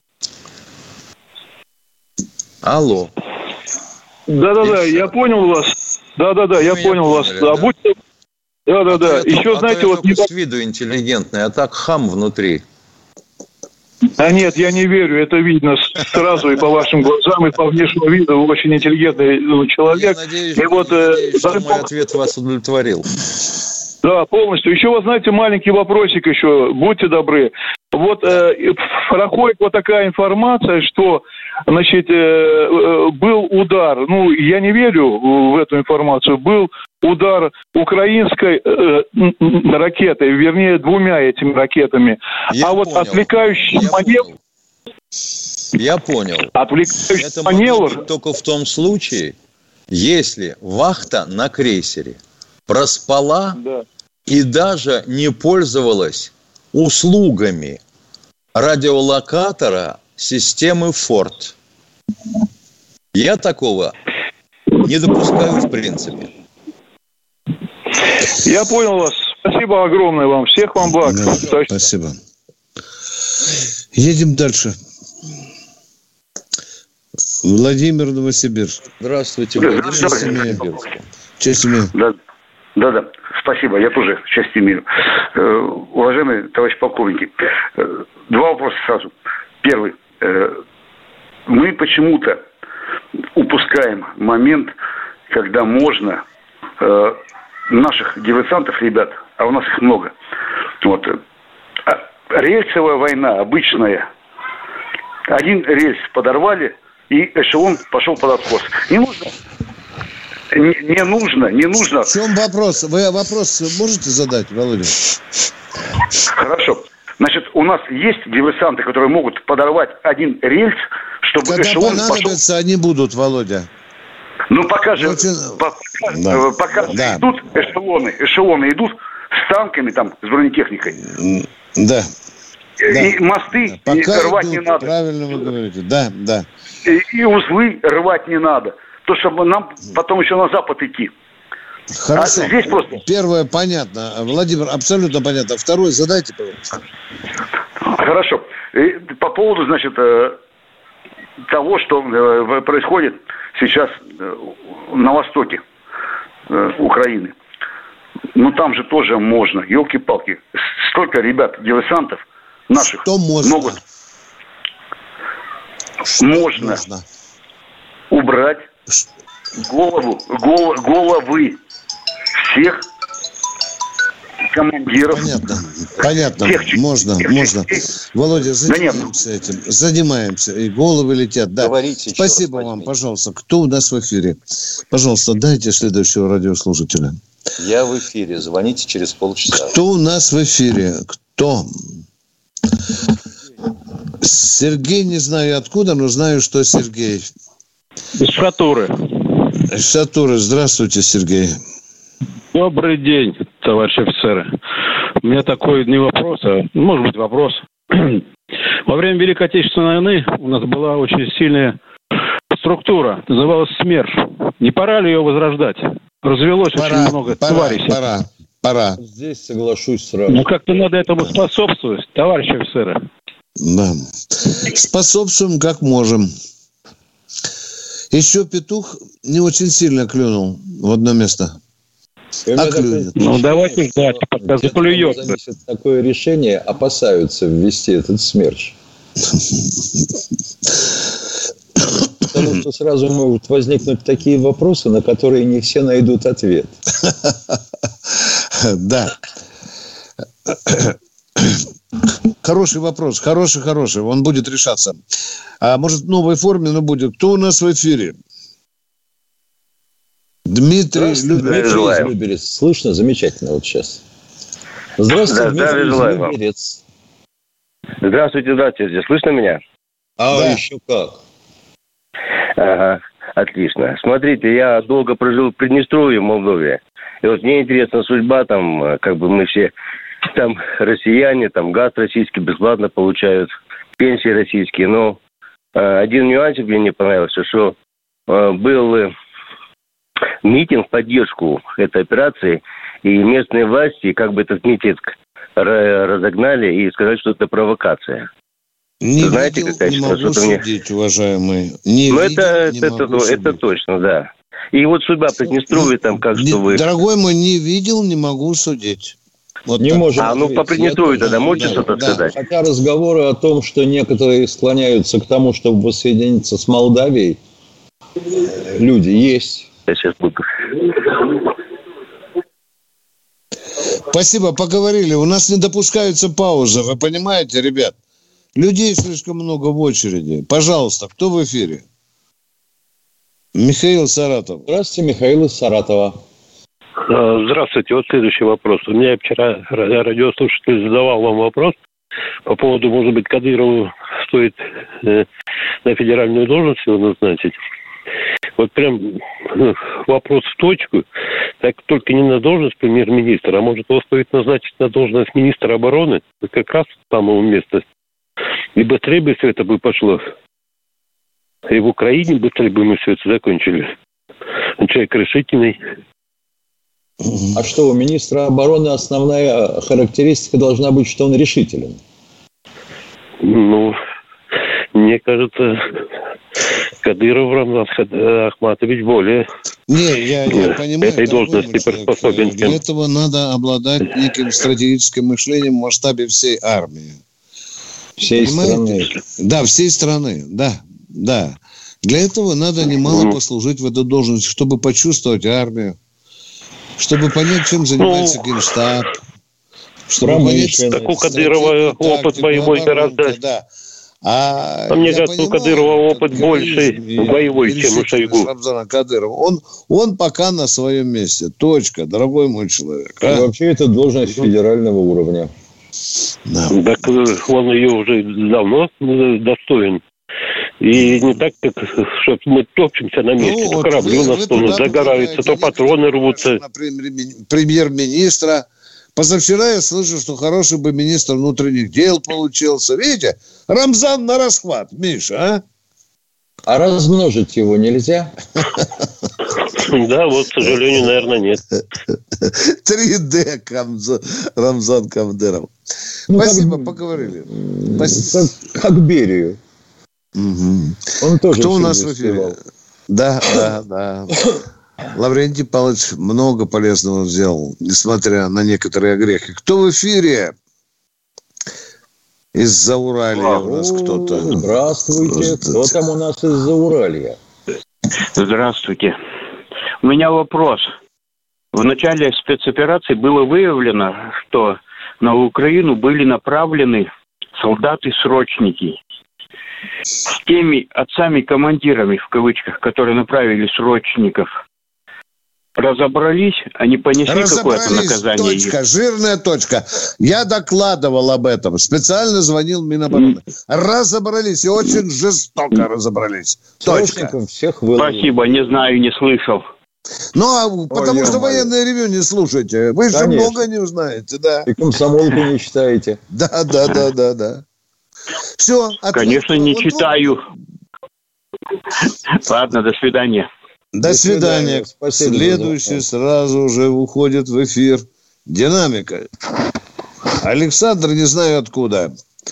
Алло. Да-да-да, я понял вас. Да-да-да, я понял вас. Да, будьте... Да-да-да. Еще, а знаете, то я вот... Не... с виду интеллигентный, а так хам внутри. А нет, я не верю. Это видно сразу и по вашим глазам, и по внешнему виду. Вы очень интеллигентный человек. Я надеюсь, и вот, надеюсь э... что мой ответ вас удовлетворил. Да, полностью. Еще, вы знаете, маленький вопросик еще. Будьте добры. Вот э, проходит вот такая информация, что, значит, э, был удар, ну, я не верю в эту информацию, был удар украинской э, ракетой, вернее, двумя этими ракетами. Я а понял. вот отвлекающий я маневр... Понял. Я понял. Отвлекающий Это маневр... могло быть только в том случае, если вахта на крейсере проспала да. и даже не пользовалась услугами радиолокатора системы «Форд». Я такого не допускаю в принципе. Я понял вас. Спасибо огромное вам. Всех вам благ. Да, спасибо. Едем дальше. Владимир, Новосибирск. Здравствуйте, Владимир, Новосибирск. Честь имею. Да, да, да. Спасибо. Я тоже честь имею. Э, уважаемые товарищи полковники, э, два вопроса сразу. Первый. Э, мы почему-то упускаем момент, когда можно э, наших диверсантов, ребят, а у нас их много, вот, рельсовая война обычная, один рельс подорвали, и эшелон пошел под откос. Не нужно... Не, не нужно, не нужно. В чем вопрос? Вы вопрос можете задать, Володя? Хорошо. Значит, у нас есть диверсанты, которые могут подорвать один рельс, чтобы Когда эшелон понадобятся, пошел... они будут, Володя. Ну, пока же, Очень... пока, да. пока да. идут эшелоны, эшелоны идут с танками, там, с бронетехникой. Да. И да. мосты да. Пока рвать идут, не надо. Правильно вы говорите, да, да. И, и узлы рвать не надо. То, чтобы нам потом еще на запад идти. Хорошо. А здесь просто... Первое понятно. Владимир, абсолютно понятно. Второе задайте, пожалуйста. Хорошо. И по поводу, значит, того, что происходит сейчас на востоке Украины. Ну, там же тоже можно. Елки-палки. Столько ребят, диверсантов наших что можно? могут... Что можно, можно убрать голову, гол, головы всех командиров. Понятно, понятно, тех, можно, тех, можно. Тех, Володя, занимаемся да этим, занимаемся, и головы летят. Да. Говорите, спасибо вам, пожалуйста. Кто у нас в эфире? Пожалуйста, дайте следующего радиослушателя. Я в эфире, звоните через полчаса. Кто у нас в эфире? Кто? Сергей, не знаю откуда, но знаю, что Сергей. Из Шатуры. Из Шатуры. Здравствуйте, Сергей. Добрый день, товарищи офицеры. У меня такой не вопрос, а может быть вопрос. Во время Великой Отечественной войны у нас была очень сильная структура, называлась СМЕРШ. Не пора ли ее возрождать? Развелось пора, очень много пора, товарищей. Пора, пора. Здесь соглашусь сразу. Ну, как-то надо этому способствовать, товарищи офицеры. Да. Способствуем, как можем. Еще петух не очень сильно клюнул в одно место. А клюнет. Ну, давайте ждать, пока заклюет. Такое решение опасаются ввести этот СМЕРШ. Потому что сразу могут возникнуть такие вопросы, на которые не все найдут ответ. Да. Хороший вопрос, хороший, хороший. Он будет решаться. А может, в новой форме, но будет. Кто у нас в эфире? Дмитрий Люберец. Слышно? Замечательно вот сейчас. Здравствуйте, да, Дмитрий Люберец. Здравствуйте, здравствуйте. Слышно меня? А да. Еще как. Ага, отлично. Смотрите, я долго прожил в Приднестровье, в Молдове. И вот мне интересна судьба, там, как бы мы все, там, россияне, там, газ российский бесплатно получают, пенсии российские. Но э, один нюансик мне не понравился, что э, был э, митинг в поддержку этой операции, и местные власти, как бы этот митинг разогнали и сказали, что это провокация. Не знаете, видел, какая не могу судить, мне... уважаемый. Не ну, видел, это, не это, могу это точно, да. И вот судьба Приднестровья, там, как не, что вы... Дорогой мой, не видел, не могу судить. Вот не можем. А, ну, по Приднестровью тогда можете да, что-то да. сказать? Хотя разговоры о том, что некоторые склоняются к тому, чтобы воссоединиться с Молдавией, люди есть. Я сейчас буду... Спасибо, поговорили. У нас не допускаются паузы, вы понимаете, ребят? Людей слишком много в очереди. Пожалуйста, кто в эфире? Михаил Саратов. Здравствуйте, Михаил из Саратова. Здравствуйте. Вот следующий вопрос. У меня вчера радиослушатель задавал вам вопрос по поводу, может быть, Кадырову стоит э, на федеральную должность его назначить. Вот прям ну, вопрос в точку. Так только не на должность премьер-министра, а может его стоит назначить на должность министра обороны? Это как раз самого места. И быстрее бы все это бы пошло. И в Украине быстрее бы мы все это закончили. Он человек решительный. А что, у министра обороны основная характеристика должна быть, что он решителен? Ну, мне кажется, Кадыров Рамзан Ахматович более Не, я, я понимаю, этой должности приспособен. Для этого надо обладать неким стратегическим мышлением в масштабе всей армии. Всей Понимаете? страны. Да, всей страны, да, да. Для этого надо немало mm. послужить в эту должность, чтобы почувствовать армию, чтобы понять, чем занимается ну, Генштаб, чтобы понять... Как у Кадырова опыт боевой гораздо... Да. А, а мне кажется, у Кадырова опыт больше боевой, чем у Шойгу. Рамзана Кадырова. Он, он пока на своем месте. Точка, дорогой мой человек. А? Вообще это должность федерального уровня. Да. Так он ее уже давно достоин. И не так, как что мы топчемся на месте, ну, то вот корабли у нас то загораются, то патроны рвутся. Премьер-министра. Позавчера я слышал, что хороший бы министр внутренних дел получился. Видите, Рамзан на расхват, Миша, а? А размножить его нельзя? Да, вот, к сожалению, наверное, нет. три дэ Рамзан Кадыров. Спасибо, поговорили. Как Берию. Он тоже. Кто у нас в эфире? Да, да, да. Лаврентий Павлович много полезного сделал, несмотря на некоторые огрехи. Кто в эфире? Из Зауралья у нас кто-то. Здравствуйте. Кто там у нас из Зауралья? Здравствуйте. У меня вопрос. В начале спецоперации было выявлено, что на Украину были направлены солдаты-срочники. С теми отцами-командирами, в кавычках, которые направили срочников, разобрались, они понесли какое-то наказание. Точка, жирная точка. Я докладывал об этом. Специально звонил Минобороны. Разобрались. И очень жестоко разобрались. Точка. Всех Спасибо, не знаю, не слышал. Ну, а потому Ой, что военное ревью не слушаете. Вы же много не узнаете, да. И комсомолку не читаете. Да, да, да, да, да. Все. Конечно, не читаю. Ладно, до свидания. До, До свидания. свидания. Следующий сразу же уходит в эфир. Динамика. Александр, не знаю откуда.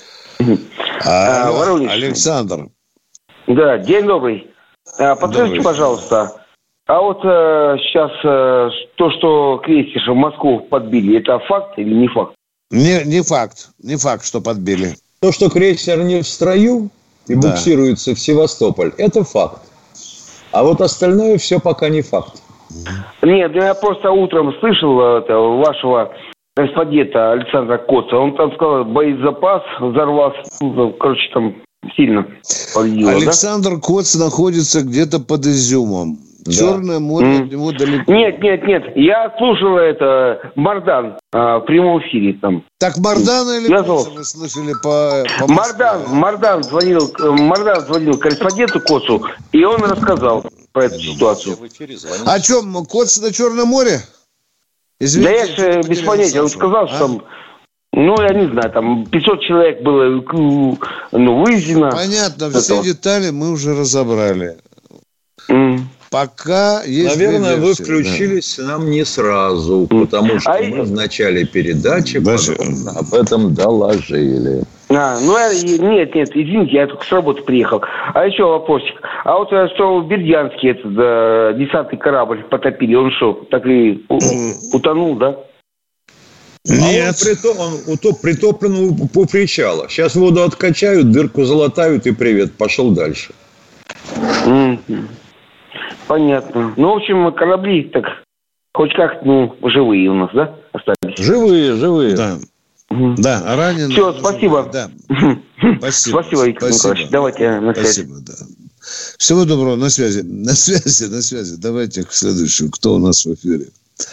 А, а, Александр. Да, день добрый. А, подскажите, пожалуйста, а вот а, сейчас а, то, что крейсер в Москву подбили, это факт или не факт? Не, не факт. Не факт, что подбили. То, что крейсер не в строю и да. буксируется в Севастополь, это факт. А вот остальное все пока не факт. Нет, я просто утром слышал это, вашего корреспондента Александра Коца. Он там сказал, боезапас взорвался. Короче, там сильно повредило. Александр да? Коц находится где-то под Изюмом. Да. Черное море mm. от него далеко. Нет, нет, нет. Я слушал это Мардан а, в прямом эфире там. Так Мардана или Коца вы слышали по, по Мардан, Мардан звонил, Мардан звонил корреспонденту Коцу, и он рассказал про эту ситуацию. О чем? Коц на Черном море? Извините, да я же без понятия. Он сказал, что а? там, ну, я не знаю, там пятьсот человек было ну, вывезено. Понятно, все детали мы уже разобрали. Mm. Пока есть Наверное, вы включились да. нам не сразу, потому что а мы и... в начале передачи об этом доложили. А, ну, я, нет, нет, извините, я только с работы приехал. А еще вопросик. А вот что в Бердянске этот да, десантный корабль потопили, он что, так и утонул, да? Нет. А он, притоп, он утоп, притоплен по причалу. Сейчас воду откачают, дырку залатают и привет, пошел дальше. Mm-hmm. Понятно. Ну, в общем, корабли так хоть как, ну, живые у нас, да, остались? Живые, живые. Да. Угу. Да, а раненые... Все, спасибо. Да. Спасибо. Спасибо, Виктор Николаевич. Давайте на связи. Спасибо, да. Всего доброго, на связи. На связи, на связи. Давайте к следующему. Кто у нас в эфире?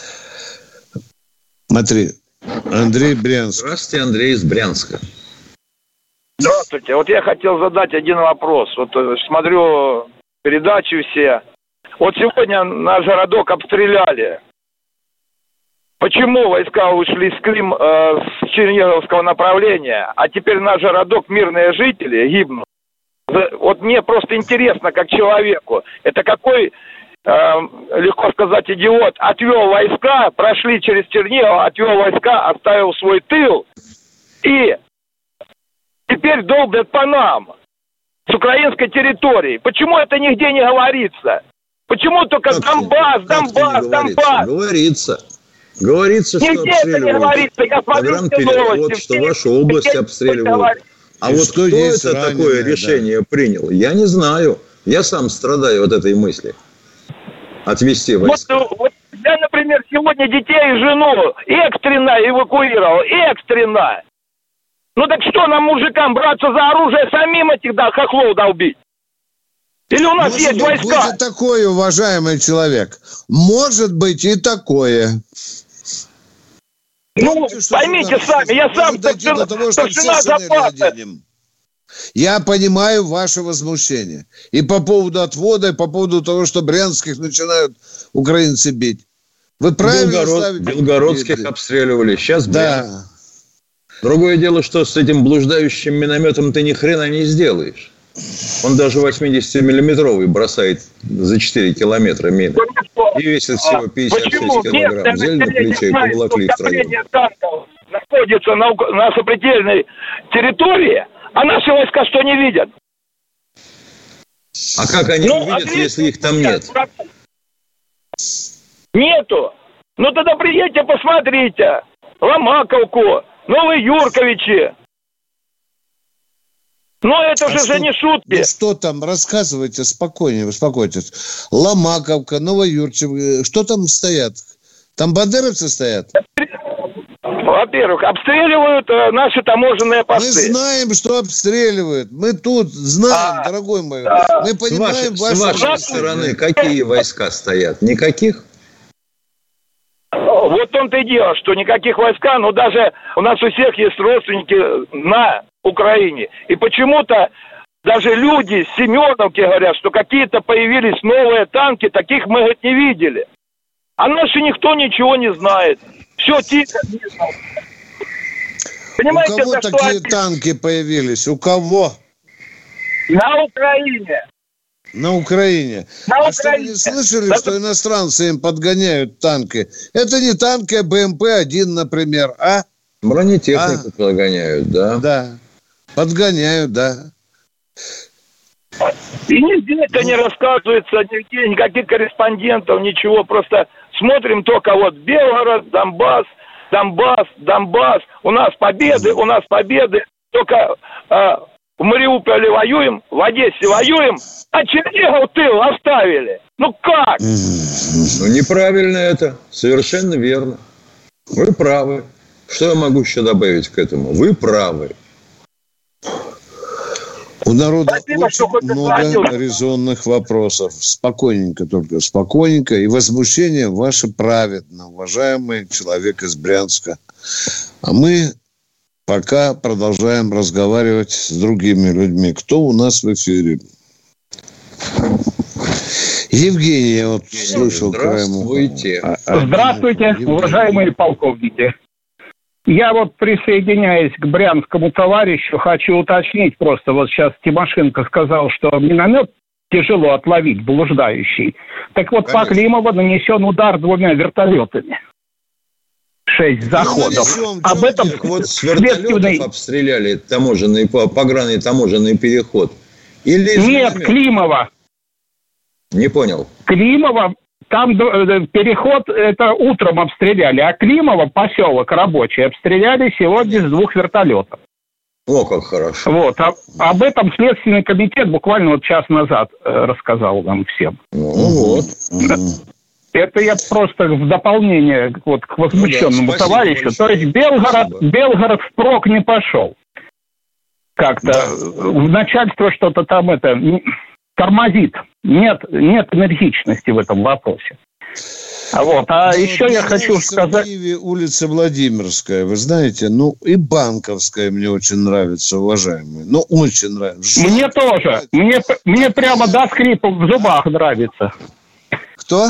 Смотри, Андрей Брянск. Здравствуйте, Андрей из Брянска. Здравствуйте. Вот я хотел задать один вопрос. Вот смотрю передачи все. Вот сегодня наш городок обстреляли. Почему войска ушли с Крым, э, с Черниговского направления, а теперь наш городок, мирные жители, гибнут? Вот мне просто интересно, как человеку, это какой, э, легко сказать, идиот, отвел войска, прошли через Чернигов, отвел войска, оставил свой тыл, и теперь долбят по нам с украинской территории. Почему это нигде не говорится? Почему только как Донбасс, Донбасс, Донбасс? Говорится. Говорится, что нигде это не говорится. Я смотрю все новости. Что вашу область обстреливают. А и вот кто это раненое, такое решение да. принял? Я не знаю. Я сам страдаю от этой мысли. Отвести войска. Вот, вот я, например, сегодня детей и жену экстренно эвакуировал. Экстренно. Ну так что нам, мужикам, браться за оружие, самим этих да, хохлов долбить? Или у нас Может есть быть, войска? будет такое, уважаемый человек. Может быть и такое. Ну, Помните, что поймите сами, я сам старшина запаса. Я понимаю ваше возмущение. И по поводу отвода, и по поводу того, что брянских начинают украинцы бить. Вы правильно Белгород, ставите? Белгородских обстреливали, сейчас да. Брянск. Другое дело, что с этим блуждающим минометом ты ни хрена не сделаешь. Он даже восьмидесятимиллиметровый бросает за четыре километра мины. И весит всего пятьдесят шесть килограмм. Взяли на плечо и поволокли втроем. Танков находится на, на сопредельной территории, а наши войска что не видят? А как они ну, увидят, если их там нет? Нету. Ну тогда приедьте, посмотрите. Ломаковку, Новые Юрковичи. Но это а же, что, же не шутки. Ну что там, рассказывайте спокойнее, успокойтесь. Ломаковка, Новоюрчево, что там стоят? Там бандеровцы стоят? Во-первых, обстреливают э, наши таможенные посты. Мы знаем, что обстреливают. Мы тут знаем, а, дорогой мой. Да. Мы понимаем с вашей, ваши... С вашей стороны какие войска стоят? Никаких? Вот он-то и дело, что никаких войска, но даже у нас у всех есть родственники на Украине. И почему-то даже люди с Семеновки говорят, что какие-то появились новые танки, таких мы, говорит, не видели. А наши никто ничего не знает. Все тихо. Понимаете, у кого такие что... танки появились? У кого? На Украине. На Украине. На а Украине. что, вы не слышали, да, что иностранцы им подгоняют танки? Это не танки, а бэ эм пэ один, например, а? Бронетехнику а? подгоняют, да? Да. Подгоняют, да. И нигде это не рассказывается, нигде никаких корреспондентов, ничего. Просто смотрим только вот Белгород, Донбасс, Донбасс, Донбасс. У нас победы, у нас победы. Только э, в Мариуполе воюем, в Одессе воюем, а Чернигов тыл оставили. Ну как? Ну неправильно это. Совершенно верно. Вы правы. Что я могу еще добавить к этому? Вы правы. У народа Спасибо, очень много резонных вопросов. Спокойненько только, спокойненько. И возмущение ваше праведно, уважаемый человек из Брянска. А мы пока продолжаем разговаривать с другими людьми. Кто у нас в эфире? Евгений, я вот слышал краем уха. Здравствуйте. Здравствуйте, Евгений. Уважаемые полковники. Я вот присоединяюсь к брянскому товарищу, хочу уточнить просто. Вот сейчас Тимошенко сказал, что миномет тяжело отловить, блуждающий. Так вот, Конечно. По Климову нанесен удар двумя вертолетами. Шесть заходов. Ну, Об этом вот с вертолетов обстреляли таможенный, погранный таможенный переход? Или Нет, Климова. Не понял. Климова. Там переход, это утром обстреляли, а Климова, поселок рабочий, обстреляли сегодня с двух вертолетов. О, как хорошо. Вот, а, об этом Следственный комитет буквально вот час назад э, рассказал нам всем. Ну вот. Да. Это я просто в дополнение вот, к возмущенному ну, да, товарищу. Большое. То есть Белгород, Белгород впрок не пошел. Как-то да. В начальство что-то там это... тормозит. Нет, нет энергичности в этом вопросе. А вот, а ну, еще я хочу сказать... В Киеве улица Владимирская, вы знаете, ну и Банковская мне очень нравится, уважаемые. Ну, очень нравится. Мне тоже. Мне, мне прямо до скрипа в зубах нравится. Кто?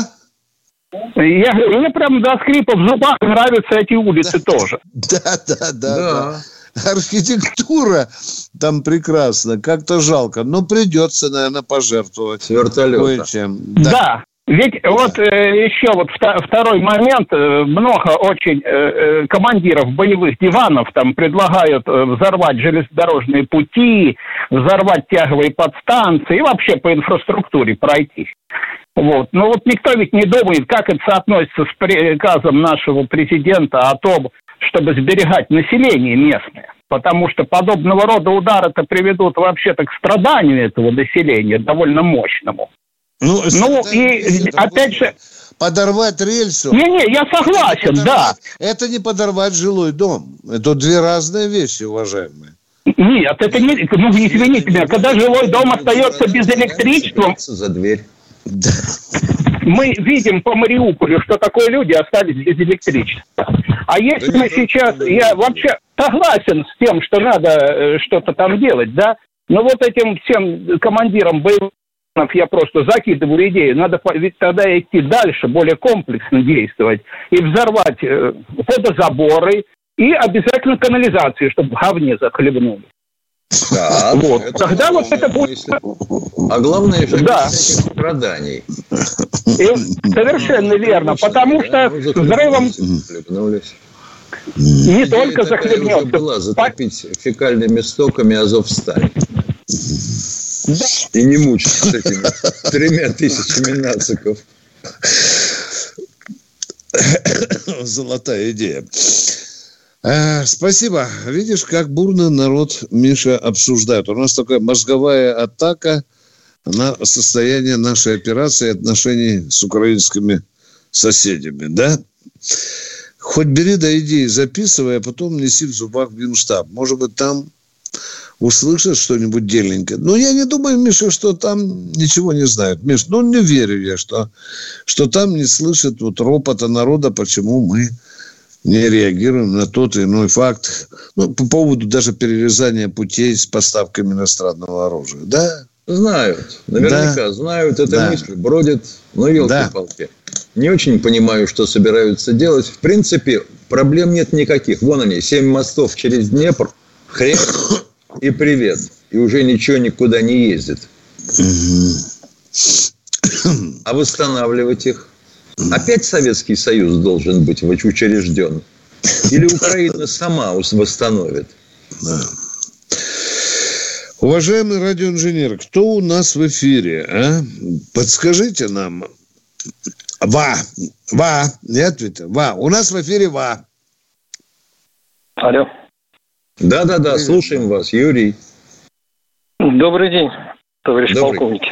Я, мне прямо до скрипа в зубах нравятся эти улицы да, тоже. Да, да, да, да. да. Архитектура там прекрасна. Как-то жалко. Но придется, наверное, пожертвовать. С вертолета. Кое-чем. Да. да. Ведь вот э, еще вот второй момент. Много очень э, командиров боевых диванов там предлагают э, взорвать железнодорожные пути, взорвать тяговые подстанции и вообще по инфраструктуре пройтись. Вот. Но вот никто ведь не думает, как это соотносится с приказом нашего президента о том, чтобы сберегать население местное. Потому что подобного рода удары-то приведут вообще-то к страданию этого населения, довольно мощному. Ну, ну и опять же... подорвать рельсу. Не-не, я согласен, да. Это не подорвать жилой дом. Это две разные вещи, уважаемые. Нет, это не... Ну, извините меня, когда жилой дом остается без электричества... За дверь. Мы видим по Мариуполю, что такое люди остались без электричества. А если мы сейчас... Я вообще согласен с тем, что надо что-то там делать, да? Но вот этим всем командирам боевых я просто закидываю идею. Надо ведь тогда идти дальше, более комплексно действовать. И взорвать водозаборы, и обязательно канализацию, чтобы в говне захлебнули. Да, вот. Это Тогда вот это будет... А главное, что да. всяких страданий. И совершенно верно, потому что с взрывом не только захлебнется. Была затопить фекальными стоками Азовсталь. Да. И не мучиться с этими тремя тысячами нациков. Золотая идея. А, спасибо. Видишь, как бурно народ, Миша, обсуждает. У нас такая мозговая атака на состояние нашей операции и отношений с украинскими соседями, да? Хоть бери до идеи, записывай, а потом неси в зубах в Генштаб. Может быть, там услышат что-нибудь деленькое. Но я не думаю, Миша, что там ничего не знают. Миш, ну не верю я, что, что там не слышат вот ропота народа, почему мы не реагируем на тот или иной факт. Ну, по поводу даже перерезания путей с поставками иностранного оружия. Да? Знают. Наверняка да. знают. Эта да. мысль бродит. Ну, елки-палки. Да. Не очень понимаю, что собираются делать. В принципе, проблем нет никаких. Вон они, семь мостов через Днепр. Хрен и привет. И уже ничего никуда не ездит. А восстанавливать их? Опять Советский Союз должен быть учрежден? Или Украина сама восстановит? Да. Уважаемый радиоинженер, кто у нас в эфире? А? Подскажите нам. Ва. Ва. Не ответил. Ва. У нас в эфире Ва. Алло. Да-да-да, слушаем вас, Юрий. Добрый день, товарищ Добрый. полковники.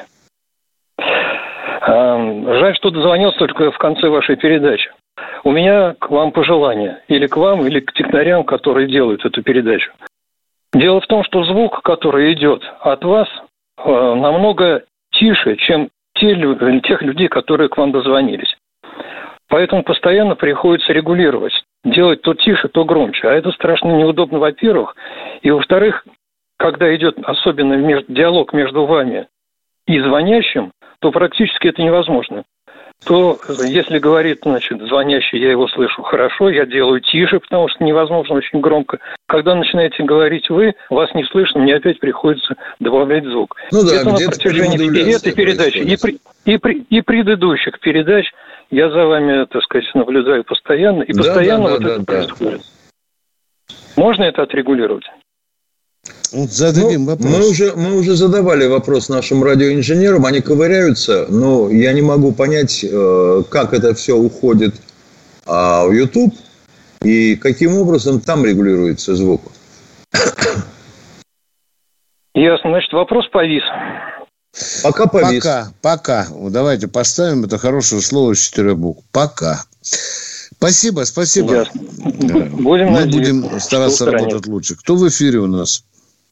Жаль, что дозвонился только в конце вашей передачи. У меня к вам пожелание. Или к вам, или к технарям, которые делают эту передачу. Дело в том, что звук, который идет от вас, намного тише, чем те, тех людей, которые к вам дозвонились. Поэтому постоянно приходится регулировать. Делать то тише, то громче. А это страшно неудобно, во-первых. И, во-вторых, когда идет особенно диалог между вами и звонящим, то практически это невозможно. То, если говорит, значит, звонящий, я его слышу хорошо, я делаю тише, потому что невозможно очень громко. Когда начинаете говорить вы, вас не слышно, мне опять приходится добавлять звук. Ну да, это на протяжении этой передачи и, при, и, при, и предыдущих передач я за вами, так сказать, наблюдаю постоянно, и постоянно да, да, вот да, это да, происходит. Да. Можно это отрегулировать? Зададим ну, вопрос. Мы уже, мы уже задавали вопрос нашим радиоинженерам, они ковыряются, но я не могу понять, как это все уходит в YouTube и каким образом там регулируется звук. Ясно, значит, вопрос повис. Пока повис. Пока, пока. Давайте поставим это хорошее слово с четырех букв. Пока. Спасибо, спасибо. Ясно. Будем Мы надеяться, будем стараться работать лучше. Кто в эфире у нас?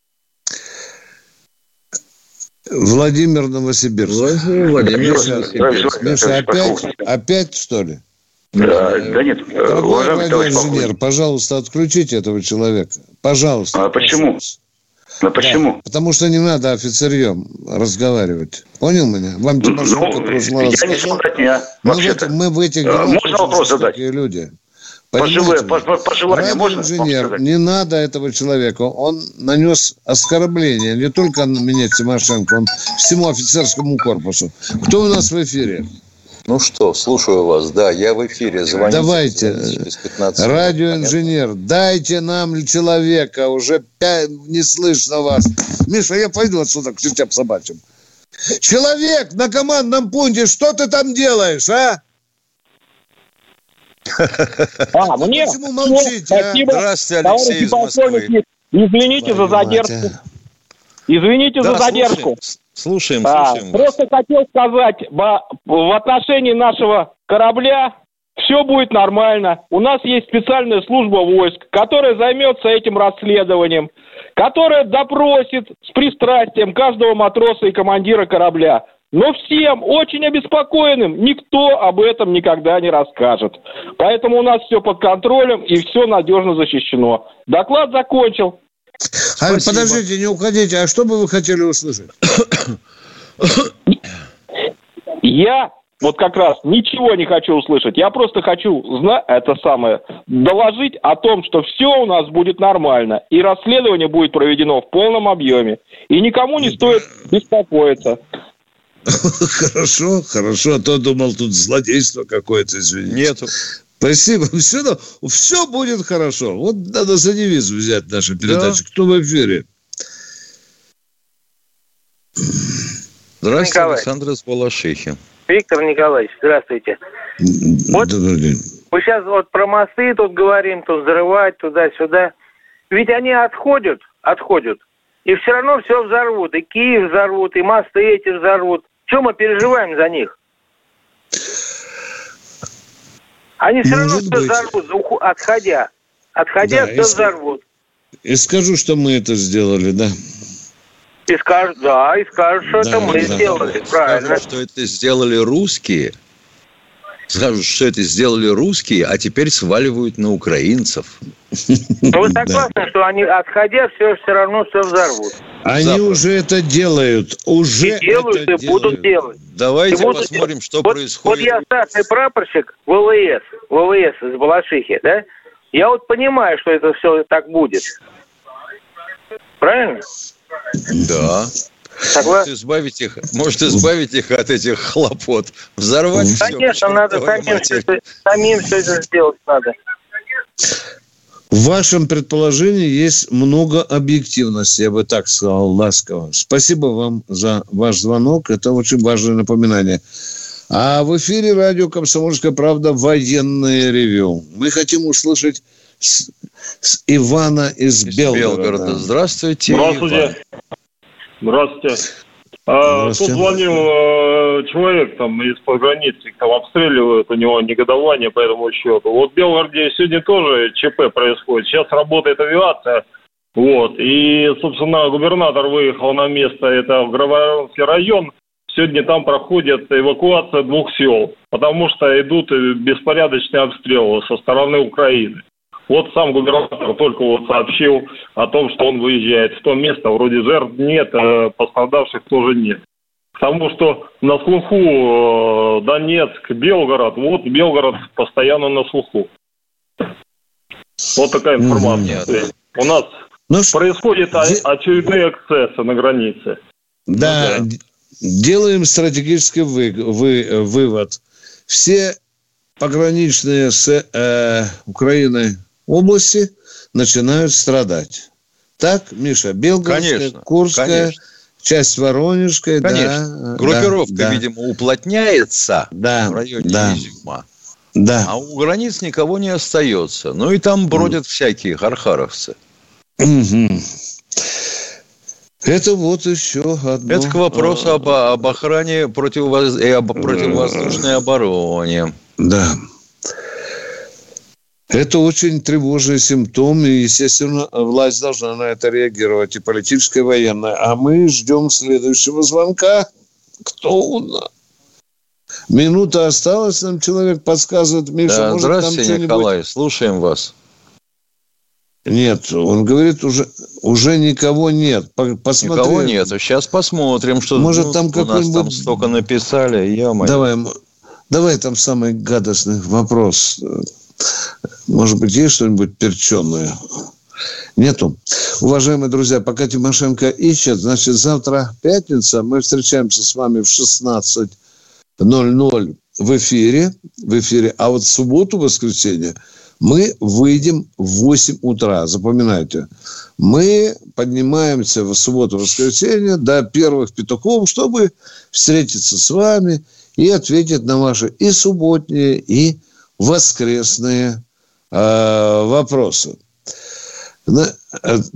Владимир Новосибирск. Владимир Новосибирск. Миша, опять, опять что ли? Да, да нет, дорогой радиоинженер, пожалуйста, отключите этого человека. Пожалуйста. А почему? А почему? Да, потому что не надо офицерьем разговаривать. Понял меня? Вам Тимошенко ну, прошлый раз сказал. Мы, мы в этих делах можно вопрос задать? Такие люди. Пожелание, пожелание можно? Инженер, не надо этого человека. Он нанес оскорбление не только мне, Тимошенко, он всему офицерскому корпусу. Кто у нас в эфире? Ну что, слушаю вас. Да, я в эфире. Звоните. Давайте, радиоинженер, дайте нам человека. Уже пять... не слышно вас. Миша, я пойду отсюда к чертям собачьим. Человек на командном пункте, что ты там делаешь, а? А, мне? Почему молчите, Спасибо. а? Здравствуйте, Алексей из Москвы. Извините за задержку. Извините да, за задержку. Слушаем, слушаем. А, слушаем просто хотел сказать в отношении нашего корабля, все будет нормально. У нас есть специальная служба войск, которая займется этим расследованием, которая допросит с пристрастием каждого матроса и командира корабля. Но всем очень обеспокоенным никто об этом никогда не расскажет. Поэтому у нас все под контролем и все надежно защищено. Доклад закончил. А, подождите, не уходите. А что бы вы хотели услышать? Я вот как раз ничего не хочу услышать. Я просто хочу знать, это самое, доложить о том, что все у нас будет нормально. И расследование будет проведено в полном объеме. И никому не стоит беспокоиться. Хорошо, хорошо. А то думал, тут злодейство какое-то, извините. Нету. Спасибо. Все, все будет хорошо. Вот надо за девиз взять нашу передачу. Да. Кто в эфире? Здравствуйте, Николай. Александр из Балашихи. Виктор Николаевич, здравствуйте. Вот добрый день. Мы сейчас вот про мосты тут говорим, тут взрывать, туда-сюда. Ведь они отходят, отходят. И все равно все взорвут. И Киев взорвут, и мосты эти взорвут. Чего мы переживаем за них? Они все равно все взорвут, отходя. Отходя, да, все взорвут. И скажу, что мы это сделали, да? И скажут, да, и скажут, что да, это мы да, сделали, да. Правильно. Скажут, что это сделали русские. Скажут, что это сделали русские, а теперь сваливают на украинцев. Ну, вы согласны, да. что они, отходя, все все равно все взорвут? Они Запад. уже это делают. Уже и делают, это и делают. будут делать. Давайте и будут посмотрим, делать. что вот, происходит. Вот я старший прапорщик ВВС, ВВС из Балашихи, да? Я вот понимаю, что это все так будет. Правильно? Да. Может избавить их, может избавить их от этих хлопот. Взорвать Конечно, все. Конечно, надо самим все, самим все это сделать надо. В вашем предположении есть много объективности, я бы так сказал, ласково. Спасибо вам за ваш звонок. Это очень важное напоминание. А в эфире радио «Комсомольская правда» военное ревью. Мы хотим услышать с, с Ивана из, из Белгорода. Белгорода. Здравствуйте, Здравствуйте. Иван. Здравствуйте. А, тут звонил э, человек там из-под границы, там обстреливают, у него негодование по этому счету. Вот в Белгороде сегодня тоже ЧП происходит. Сейчас работает авиация. Вот. И, собственно, губернатор выехал на место, это в Граборонский район. Сегодня там проходит эвакуация двух сел, потому что идут беспорядочные обстрелы со стороны Украины. Вот сам губернатор только вот сообщил о том, что он выезжает в то место. Вроде жертв нет, пострадавших тоже нет. Потому что на слуху Донецк, Белгород, вот Белгород постоянно на слуху. Вот такая информация. Нет. У нас ну, происходят де... очередные эксцессы на границе. Да, ну, да. Делаем стратегический вы... Вы... вывод. Все пограничные с э, Украиной области начинают страдать. Так, Миша, Белгородская, конечно, Курская, конечно. Часть Воронежская. Конечно. Да, группировка, да, видимо, уплотняется да, в районе да, Изюма. Да. А у границ никого не остается. Ну и там бродят mm. всякие хархаровцы. Mm-hmm. Это вот еще одно... Это к вопросу об, об охране противовоз... и об противовоздушной обороне. Да. Это очень тревожный симптом, и, естественно, власть должна на это реагировать, и политическая, и военная. А мы ждем следующего звонка. Кто у нас? Минута осталась, нам человек подсказывает. Миша, да, может, здравствуйте, там Николай, слушаем вас. Нет, он говорит, уже, уже никого нет. Посмотри. Никого нет, сейчас посмотрим, что может, ну, там у нас там столько написали. Ё-моё. Давай, давай там самый гадостный вопрос. Может быть, есть что-нибудь перченое? Нету. Уважаемые друзья, пока Тимошенко ищет, значит, завтра пятница, мы встречаемся с вами в шестнадцать ноль ноль в эфире, в эфире, а вот в субботу, воскресенье мы выйдем в восемь утра. Запоминайте. Мы поднимаемся в субботу, воскресенье до первых петухов, чтобы встретиться с вами и ответить на ваши и субботние, и воскресные э, вопросы.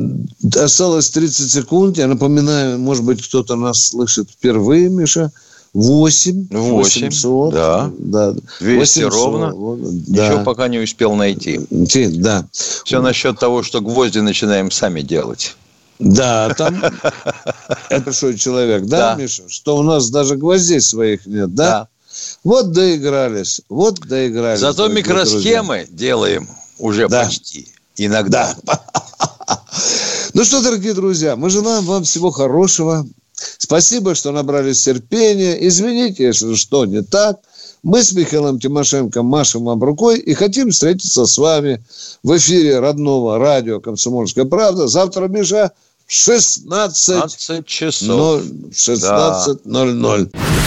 Осталось тридцать секунд. Я напоминаю, может быть, кто-то нас слышит впервые, Миша. восемь. восемь, да. да. двести ровно. Да. Ничего пока не успел найти. Да. Все насчет того, что гвозди начинаем сами делать. Да, там большой человек, да, да, Миша? Что у нас даже гвоздей своих нет, да? Да. Вот доигрались, вот доигрались. Зато микросхемы друзья. Делаем уже да. почти. Иногда. Да. Ну что, дорогие друзья, мы желаем вам всего хорошего. Спасибо, что набрались терпения. Извините, если что не так. Мы с Михаилом Тимошенко машем вам рукой и хотим встретиться с вами в эфире родного радио «Комсомольская правда». Завтра, Миша, в шестнадцать часов. шестнадцать ноль ноль.